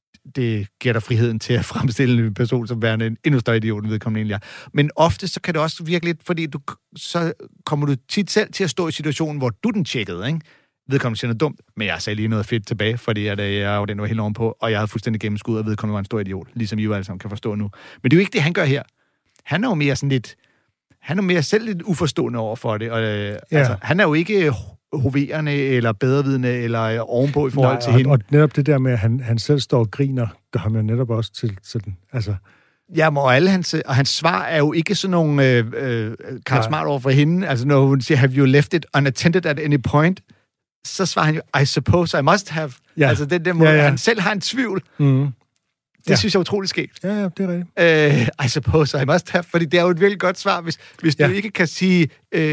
[SPEAKER 3] det giver dig friheden til at fremstille en person som værende en endnu større idiot, end vedkommende egentlig er. Men ofte så kan det også virke lidt, fordi så kommer du tit selv til at stå i situationen, hvor du den tjekkede, ikke? Vedkommende siger noget dumt, men jeg sagde lige noget fedt tilbage, fordi jeg var den var helt ovenpå, og jeg havde fuldstændig gennemskud, og vedkommende var en stor idiot, ligesom I jo alle sammen kan forstå nu. Men det er jo ikke det, han gør her. Han er jo mere sådan lidt... Han er mere selv lidt uforstående over for det. Og, altså, han er jo ikke hoverende, eller bedrevidende, eller ovenpå i forhold til hende. Og
[SPEAKER 2] netop det der med, at han selv står og griner, gør ham jo netop også til sådan... Altså...
[SPEAKER 3] Ja, og alle hans svar er jo ikke sådan nogle Karl Smart over for hende. Altså, når hun siger, have you left it unattended at any point? Så svarer han jo, I suppose I must have. Ja. Altså, den der måde, han selv har en tvivl. Mm. Det synes jeg er utroligt skægt.
[SPEAKER 2] Ja, det er rigtigt.
[SPEAKER 3] I suppose I must have, fordi det er jo et virkelig godt svar, hvis du ikke kan sige,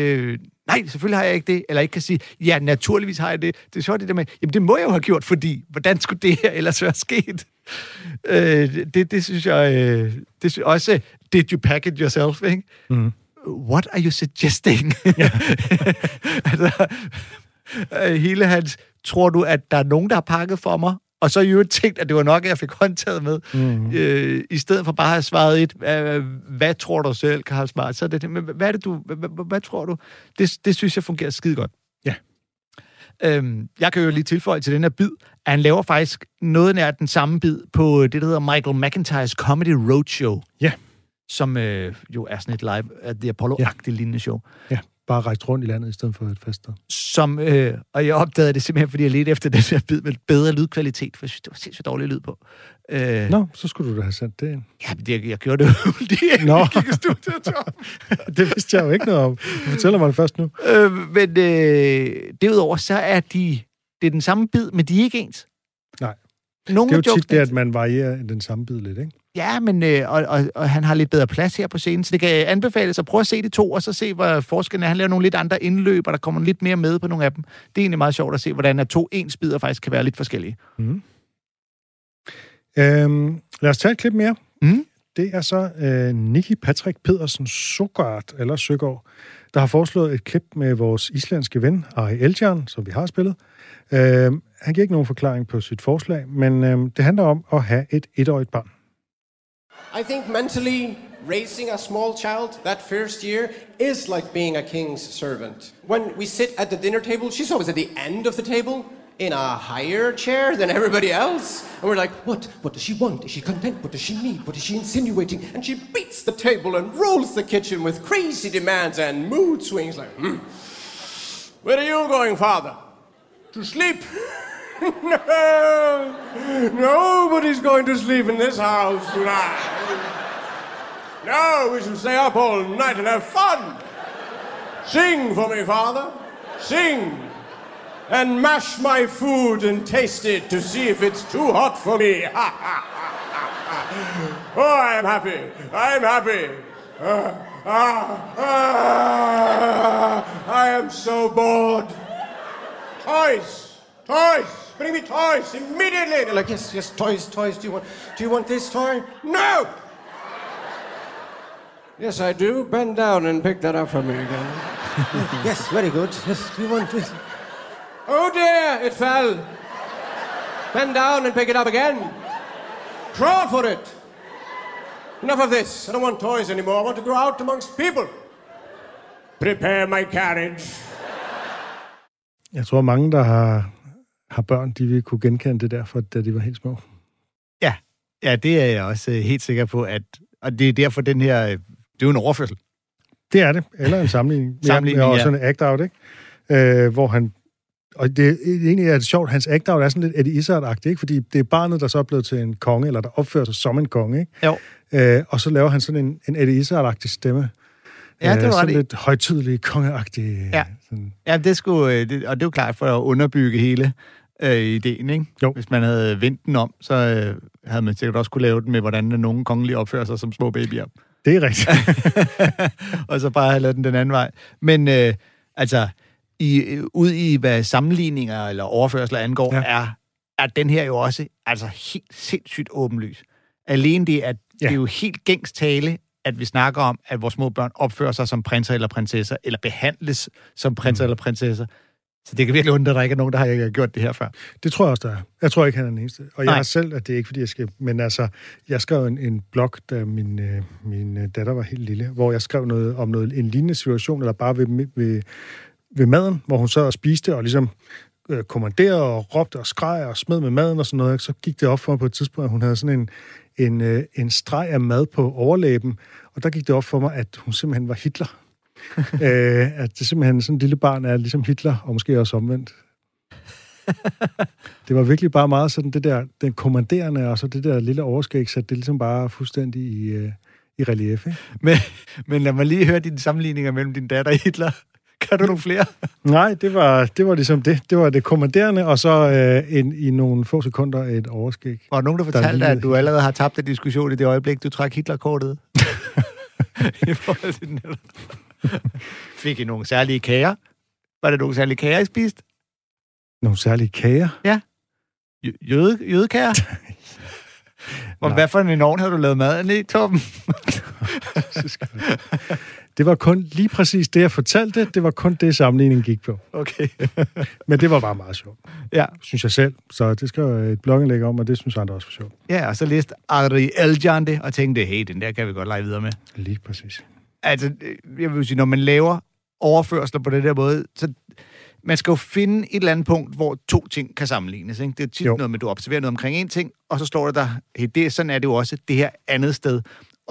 [SPEAKER 3] nej, selvfølgelig har jeg ikke det, eller ikke kan sige, ja, naturligvis har jeg det. Det er sjovt det der med, jamen det må jeg jo have gjort, fordi hvordan skulle det her ellers være sket? Det synes jeg, også, did you pack it yourself, ikke? Mm. what are you suggesting? Altså, hele hans, tror du, at der er nogen, der har pakket for mig? Og så har jeg jo tænkt, at det var nok, at jeg fik håndtaget med. I stedet for bare at have svaret hvad tror du selv, Karl Smart? Så det, men hvad er det, hvad tror du? Det synes jeg fungerer skide godt.
[SPEAKER 2] Ja.
[SPEAKER 3] Jeg kan jo lige tilføje til den her bid, at han laver faktisk noget nær den samme bid på det, der hedder Michael McIntyres Comedy Roadshow.
[SPEAKER 2] Ja.
[SPEAKER 3] Som jo er sådan et live at The Apollo-agtigt lignende show.
[SPEAKER 2] Ja, bare rejst rundt i landet i stedet for et fest.
[SPEAKER 3] Som, og jeg opdagede det simpelthen, fordi jeg ledte efter den her bid med bedre lydkvalitet, for jeg synes, det var sindssygt dårlig lyd på.
[SPEAKER 2] Nå, så skulle du da have sendt det ind.
[SPEAKER 3] Ja, jeg gjorde det jo lige.
[SPEAKER 2] Nå.
[SPEAKER 3] Jeg gik i studiet,
[SPEAKER 2] Det vidste jeg jo ikke noget om. Du fortæller mig det først nu.
[SPEAKER 3] Men derudover, så er det er den samme bid, men de er ikke ens.
[SPEAKER 2] Nej.
[SPEAKER 3] Nogle
[SPEAKER 2] det er jo tit det, at man varierer den samme bid lidt, ikke?
[SPEAKER 3] Ja, men og han har lidt bedre plads her på scenen, så det kan anbefales at prøve at se de to, og så se, hvad forskellen er. Han laver nogle lidt andre indløb, og der kommer lidt mere med på nogle af dem. Det er egentlig meget sjovt at se, hvordan to ens bidder faktisk kan være lidt forskellige.
[SPEAKER 2] Mm. Lad os tage et klip mere.
[SPEAKER 3] Mm.
[SPEAKER 2] Det er så Nicky Patrick Pedersen Søgaard, der har foreslået et klip med vores islandske ven, Ari Eldjarn, som vi har spillet. Han giver ikke nogen forklaring på sit forslag, men det handler om at have et etårigt barn.
[SPEAKER 8] I think mentally raising a small child that first year is like being a king's servant. When we sit at the dinner table, she's always at the end of the table in a higher chair than everybody else. And we're like, what does she want? Is she content? What does she need? What is she insinuating? And she beats the table and rolls the kitchen with crazy demands and mood swings like, Where are you going, father? To sleep? No, nobody's going to sleep in this house tonight. No, we should stay up all night and have fun. Sing for me, father. Sing. And mash my food and taste it to see if it's too hot for me. Oh, I'm happy. I'm happy. I am so bored. Toys. Bring me toys immediately. They're like, yes, toys. Do you want this toy? No! Yes, I do. Bend down and pick that up for me again. Yes, very good. Yes, do you want this? Oh dear, it fell. Bend down and pick it up again. Crawl for it. Enough of this. I don't want toys anymore. I want to go out amongst people. Prepare my carriage.
[SPEAKER 2] Jeg tror, mange, der har børn, de vil kunne genkende det derfor, da de var helt små.
[SPEAKER 3] Ja, det er jeg også helt sikker på, og det er derfor den her, det er jo en overførsel.
[SPEAKER 2] Det er det, eller en sammenligning.
[SPEAKER 3] Sammenligning,
[SPEAKER 2] ja. Og sådan en act-out, ikke? Hvor han, og det egentlig er det sjovt, hans act-out er sådan lidt Eddie Izzard-agtigt, ikke? Fordi det er barnet, der så er blevet til en konge, eller der opfører sig som en konge, ikke?
[SPEAKER 3] Jo.
[SPEAKER 2] Og så laver han sådan en Eddie Izzard-agtig stemme.
[SPEAKER 3] Ja, det var
[SPEAKER 2] sådan
[SPEAKER 3] det.
[SPEAKER 2] lidt højtidelig, kongeagtig.
[SPEAKER 3] Ja,
[SPEAKER 2] sådan.
[SPEAKER 3] ja det skulle, og det er jo klart for at underbygge hele ideen, ikke?
[SPEAKER 2] Jo.
[SPEAKER 3] Hvis man havde vendt den om, så havde man sikkert også kunne lave den med, hvordan nogen kongelige opfører sig som små babyer.
[SPEAKER 2] Det er rigtigt.
[SPEAKER 3] Og så bare have lavet den anden vej. Men altså, ud i hvad sammenligninger eller overførsler angår, er den her jo også altså helt sindssygt åbenlys. Alene det, at det er jo helt gængs tale, at vi snakker om, at vores små børn opfører sig som prinser eller prinsesser, eller behandles som prinser eller prinsesser. Så det kan virkelig undre, at der ikke er nogen, der har gjort det her før.
[SPEAKER 2] Det tror jeg også, der er. Jeg tror ikke, han er den eneste. Og jeg har selv, at det er ikke, fordi jeg skal... Men altså, jeg skrev en blog, da min datter var helt lille, hvor jeg skrev noget om en lignende situation, eller bare ved maden, hvor hun sad og spiste, og ligesom kommanderede og råbte og skreg og smed med maden og sådan noget. Så gik det op for mig på et tidspunkt, at hun havde sådan en streg af mad på overlæben, og der gik det op for mig, at hun simpelthen var Hitler. At det simpelthen sådan et lille barn er ligesom Hitler, og måske også omvendt. Det var virkelig bare meget sådan det der, den kommanderende, og så det der lille overskæg, så det ligesom bare fuldstændig i relief, ikke?
[SPEAKER 3] Men lad mig lige høre dine sammenligninger mellem din datter og Hitler. Kan du nogle flere?
[SPEAKER 2] Nej, det var ligesom det. Det var det kommanderende, og så i nogle få sekunder et overskæg.
[SPEAKER 3] Var der nogen, der fortalte dig, at du allerede har tabt en diskussion i det øjeblik, du trak Hitler-kortet? I forhold til den. Fik I nogle særlige kager? Var det nogle særlige kager, I spiste?
[SPEAKER 2] Nogle særlige kager?
[SPEAKER 3] Ja. Jødekager? Hvad for en ovn havde du lavet maden i, Torben?
[SPEAKER 2] Det var kun lige præcis det, jeg fortalte. Det var kun det, sammenligningen gik på.
[SPEAKER 3] Okay.
[SPEAKER 2] Men det var bare meget sjovt.
[SPEAKER 3] Ja.
[SPEAKER 2] Synes jeg selv. Så det skal et blogindlæg om, og det synes andre også var sjovt.
[SPEAKER 3] Ja, og så læste Adri Eljan det, og tænkte, hey, den der kan vi godt lege videre med.
[SPEAKER 2] Lige præcis.
[SPEAKER 3] Altså, jeg vil sige, når man laver overførsler på den der måde, så man skal jo finde et eller andet punkt, hvor to ting kan sammenlignes. Ikke? Det er tit noget med, at du observerer noget omkring en ting, og så slår det der, hey, sådan er det jo også det her andet sted.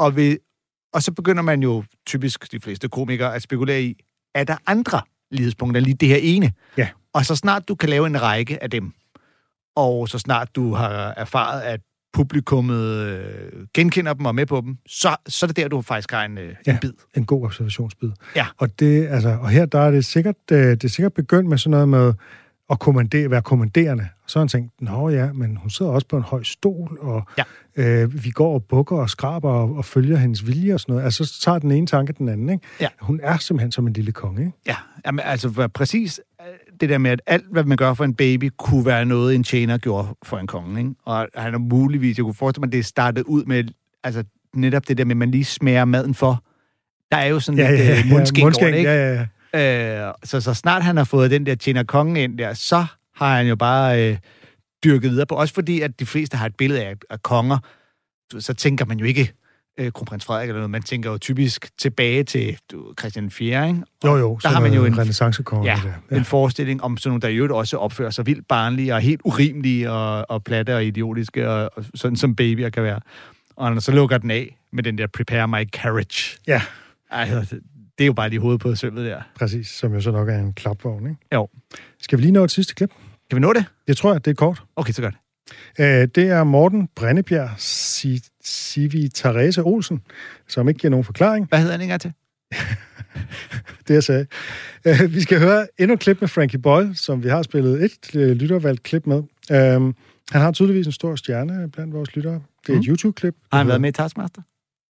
[SPEAKER 3] Og så begynder man jo, typisk de fleste komikere, at spekulere i, er der andre lighedspunkter lige det her ene?
[SPEAKER 2] Ja.
[SPEAKER 3] Og så snart du kan lave en række af dem, og så snart du har erfaret, at publikummet genkender dem og med på dem, så er det der, du faktisk har en bid.
[SPEAKER 2] En god observationsbid.
[SPEAKER 3] Ja.
[SPEAKER 2] Og her der er det sikkert begyndt med sådan noget med at være kommanderende. Og så har han tænkt, nå ja, men hun sidder også på en høj stol, og vi går og bukker og skraber og følger hendes vilje og sådan noget. Altså, så tager den ene tanke den anden, ikke? Ja. Hun er simpelthen som en lille konge, ikke?
[SPEAKER 3] Ja, jamen, altså præcis det der med, at alt, hvad man gør for en baby, kunne være noget, en tjener gjorde for en konge, ikke? Og han er muligvis, jeg kunne forestille mig, at det startede ud med, altså netop det der med, at man lige smager maden for. Der er jo sådan lidt mundskænk over det, ikke?
[SPEAKER 2] Ja.
[SPEAKER 3] Så snart han har fået den der tjener kongen ind der, så har han jo bare dyrket videre på. Også fordi, at de fleste har et billede af konger, så tænker man jo ikke kronprins Frederik eller noget. Man tænker jo typisk tilbage til Christian 4, ikke?
[SPEAKER 2] Jo,
[SPEAKER 3] der har man jo en
[SPEAKER 2] renæssancekonge.
[SPEAKER 3] En forestilling om sådan nogle, der jo også opfører sig vildt barnlige og helt urimelige og platte og idiotiske, og sådan som babyer kan være. Og når så lukker den af med den der prepare my carriage.
[SPEAKER 2] Ja.
[SPEAKER 3] Altså, det er jo bare lige hovedet på sømmet der.
[SPEAKER 2] Præcis, som jo så nok er en klapvogn, ikke?
[SPEAKER 3] Jo.
[SPEAKER 2] Skal vi lige nå et sidste klip?
[SPEAKER 3] Kan vi nå det?
[SPEAKER 2] Det tror jeg, det er kort.
[SPEAKER 3] Okay, så godt.
[SPEAKER 2] Det er Morten Brennebjerg Sivi Therese Olsen, som ikke giver nogen forklaring.
[SPEAKER 3] Hvad hedder han engang til?
[SPEAKER 2] Det jeg sagde. Vi skal høre endnu et klip med Frankie Boyle, som vi har spillet et lyttervalgt klip med. Han har tydeligvis en stor stjerne blandt vores lyttere. Det er et YouTube-klip.
[SPEAKER 3] Har han været med i Taskmaster?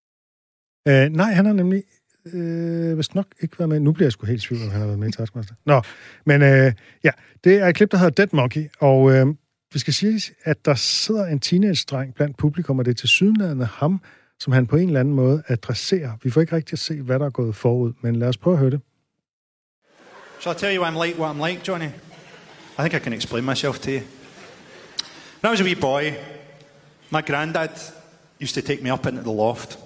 [SPEAKER 2] Nej, han har nemlig vist nok ikke været med. Nu bliver jeg sgu helt i tvivl, om han har været med i Taskmaster. Nå, men det er et klip, der hedder Dead Monkey, og vi skal sige, at der sidder en teenage-dreng blandt publikum, og det er tilsyneladende ham, som han på en eller anden måde adresserer. Vi får ikke rigtig at se, hvad der er gået forud, men lad os prøve at høre det.
[SPEAKER 9] Shall I tell you what I'm like, Johnny? I think I can explain myself to you. When I was a wee boy, my granddad used to take me up into the loft.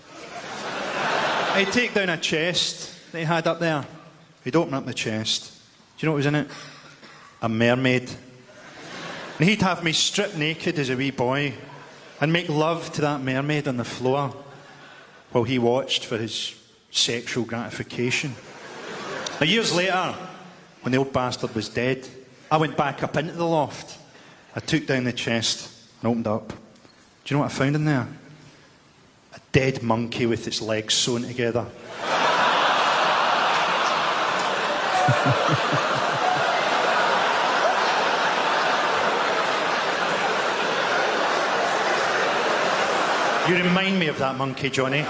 [SPEAKER 9] He'd take down a chest that he had up there. He'd open up the chest. Do you know what was in it? A mermaid. And he'd have me stripped naked as a wee boy and make love to that mermaid on the floor while he watched for his sexual gratification. Now, years later, when the old bastard was dead, I went back up into the loft. I took down the chest and opened up. Do you know what I found in there? A dead monkey with its legs sewn together. You remind me of that monkey, Johnny.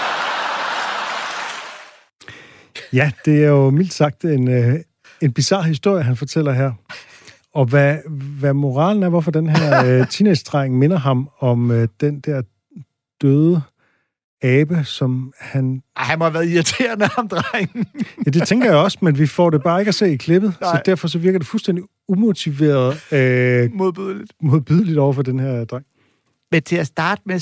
[SPEAKER 2] Ja, det er jo mildt sagt en bizarre historie, han fortæller her. Og hvad moralen er, hvorfor den her teenage-dreng minder ham om den der døde abe, som han...
[SPEAKER 3] Han må have været irriterende, ham drengen.
[SPEAKER 2] Ja, det tænker jeg også, men vi får det bare ikke at se i klippet. Nej. Så derfor så virker det fuldstændig umotiveret modbydeligt over for den her dreng.
[SPEAKER 3] Men til at starte med,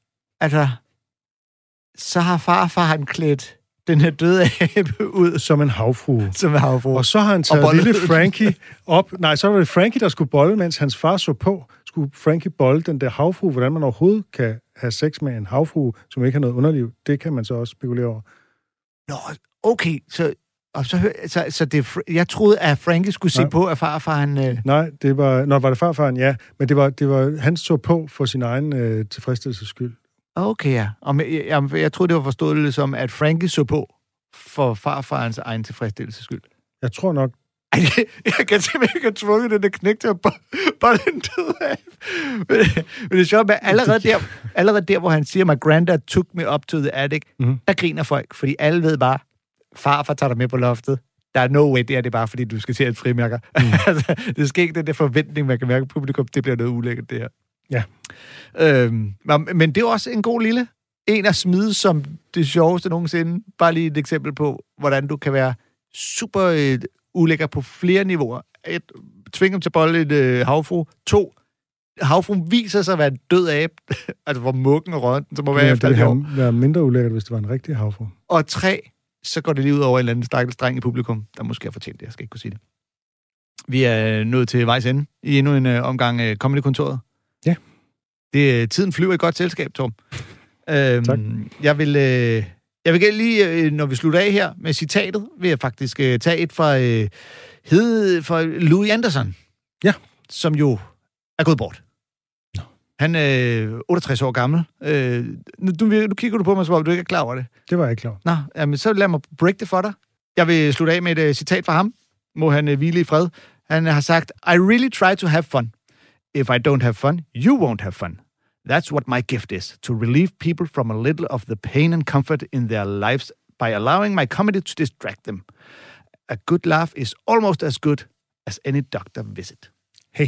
[SPEAKER 3] så har farfar han klædt den her døde abe ud.
[SPEAKER 2] Som en havfrue.
[SPEAKER 3] Som en havfrue.
[SPEAKER 2] Og så har han taget lille Frankie op. Nej, så var det Frankie, der skulle bolle, mens hans far så på. Skulle Frankie bolle den der havfrue. Hvordan man overhovedet kan have sex med en havfrue, som ikke har noget underliv, det kan man så også spekulere over.
[SPEAKER 3] Nå, okay. Så det, jeg troede, at Frankie skulle se på, at farfaren...
[SPEAKER 2] Nej, det var... Nå, var det farfaren? Ja. Men det var han så på for sin egen tilfredsstillelses skyld.
[SPEAKER 3] Okay, ja. Jeg troede, det var forstået som, at Frankie så på for farfarens egen tilfredsstillelses skyld.
[SPEAKER 2] Jeg tror nok...
[SPEAKER 3] Jeg kan simpelthen ikke have tvunget den der knæk til at bolle den døde af. Men det er sjovt, at allerede der, hvor han siger, my granddad took me up to the attic, der griner folk, fordi alle ved bare, farfar tager dig med på loftet. Der er no way, det er bare, fordi du skal se et frimærker. Altså, det skal ikke den der forventning, man kan mærke på publikum, det bliver noget ulækkert, det her.
[SPEAKER 2] Ja.
[SPEAKER 3] Men det er også en god lille En at smide som det sjoveste nogensinde. Bare lige et eksempel på, hvordan du kan være super ulækker på flere niveauer. 1. Tvinge dem til at bolle et havfru. 2. Havfruen viser sig at være en død abe. Altså, hvor muggen og røden, så må være efter det år.
[SPEAKER 2] Det ville være mindre ulækkert, hvis det var en rigtig havfru.
[SPEAKER 3] Og 3. Så går det lige ud over en eller anden stakkels dreng i publikum, der måske har fortjent det. Jeg skal ikke kunne sige det. Vi er nået til vejs ende i endnu en omgang Comedy-kontoret.
[SPEAKER 2] Ja.
[SPEAKER 3] Tiden flyver i godt selskab, Tom.
[SPEAKER 2] Tak.
[SPEAKER 3] Jeg vil gerne lige, når vi slutter af her med citatet, vil jeg faktisk tage et fra Louis Anderson.
[SPEAKER 2] Ja.
[SPEAKER 3] Som jo er gået bort.
[SPEAKER 2] No.
[SPEAKER 3] Han er 68 år gammel. Nu kigger du på mig, som om du ikke er klar over det.
[SPEAKER 2] Det var jeg ikke klar.
[SPEAKER 3] Nå, jamen, så lad mig break det for dig. Jeg vil slutte af med et citat fra ham. Må han hvile i fred. Han har sagt, I really try to have fun. If I don't have fun, you won't have fun. That's what my gift is, to relieve people from a little of the pain and comfort in their lives by allowing my comedy to distract them. A good laugh is almost as good as any doctor visit.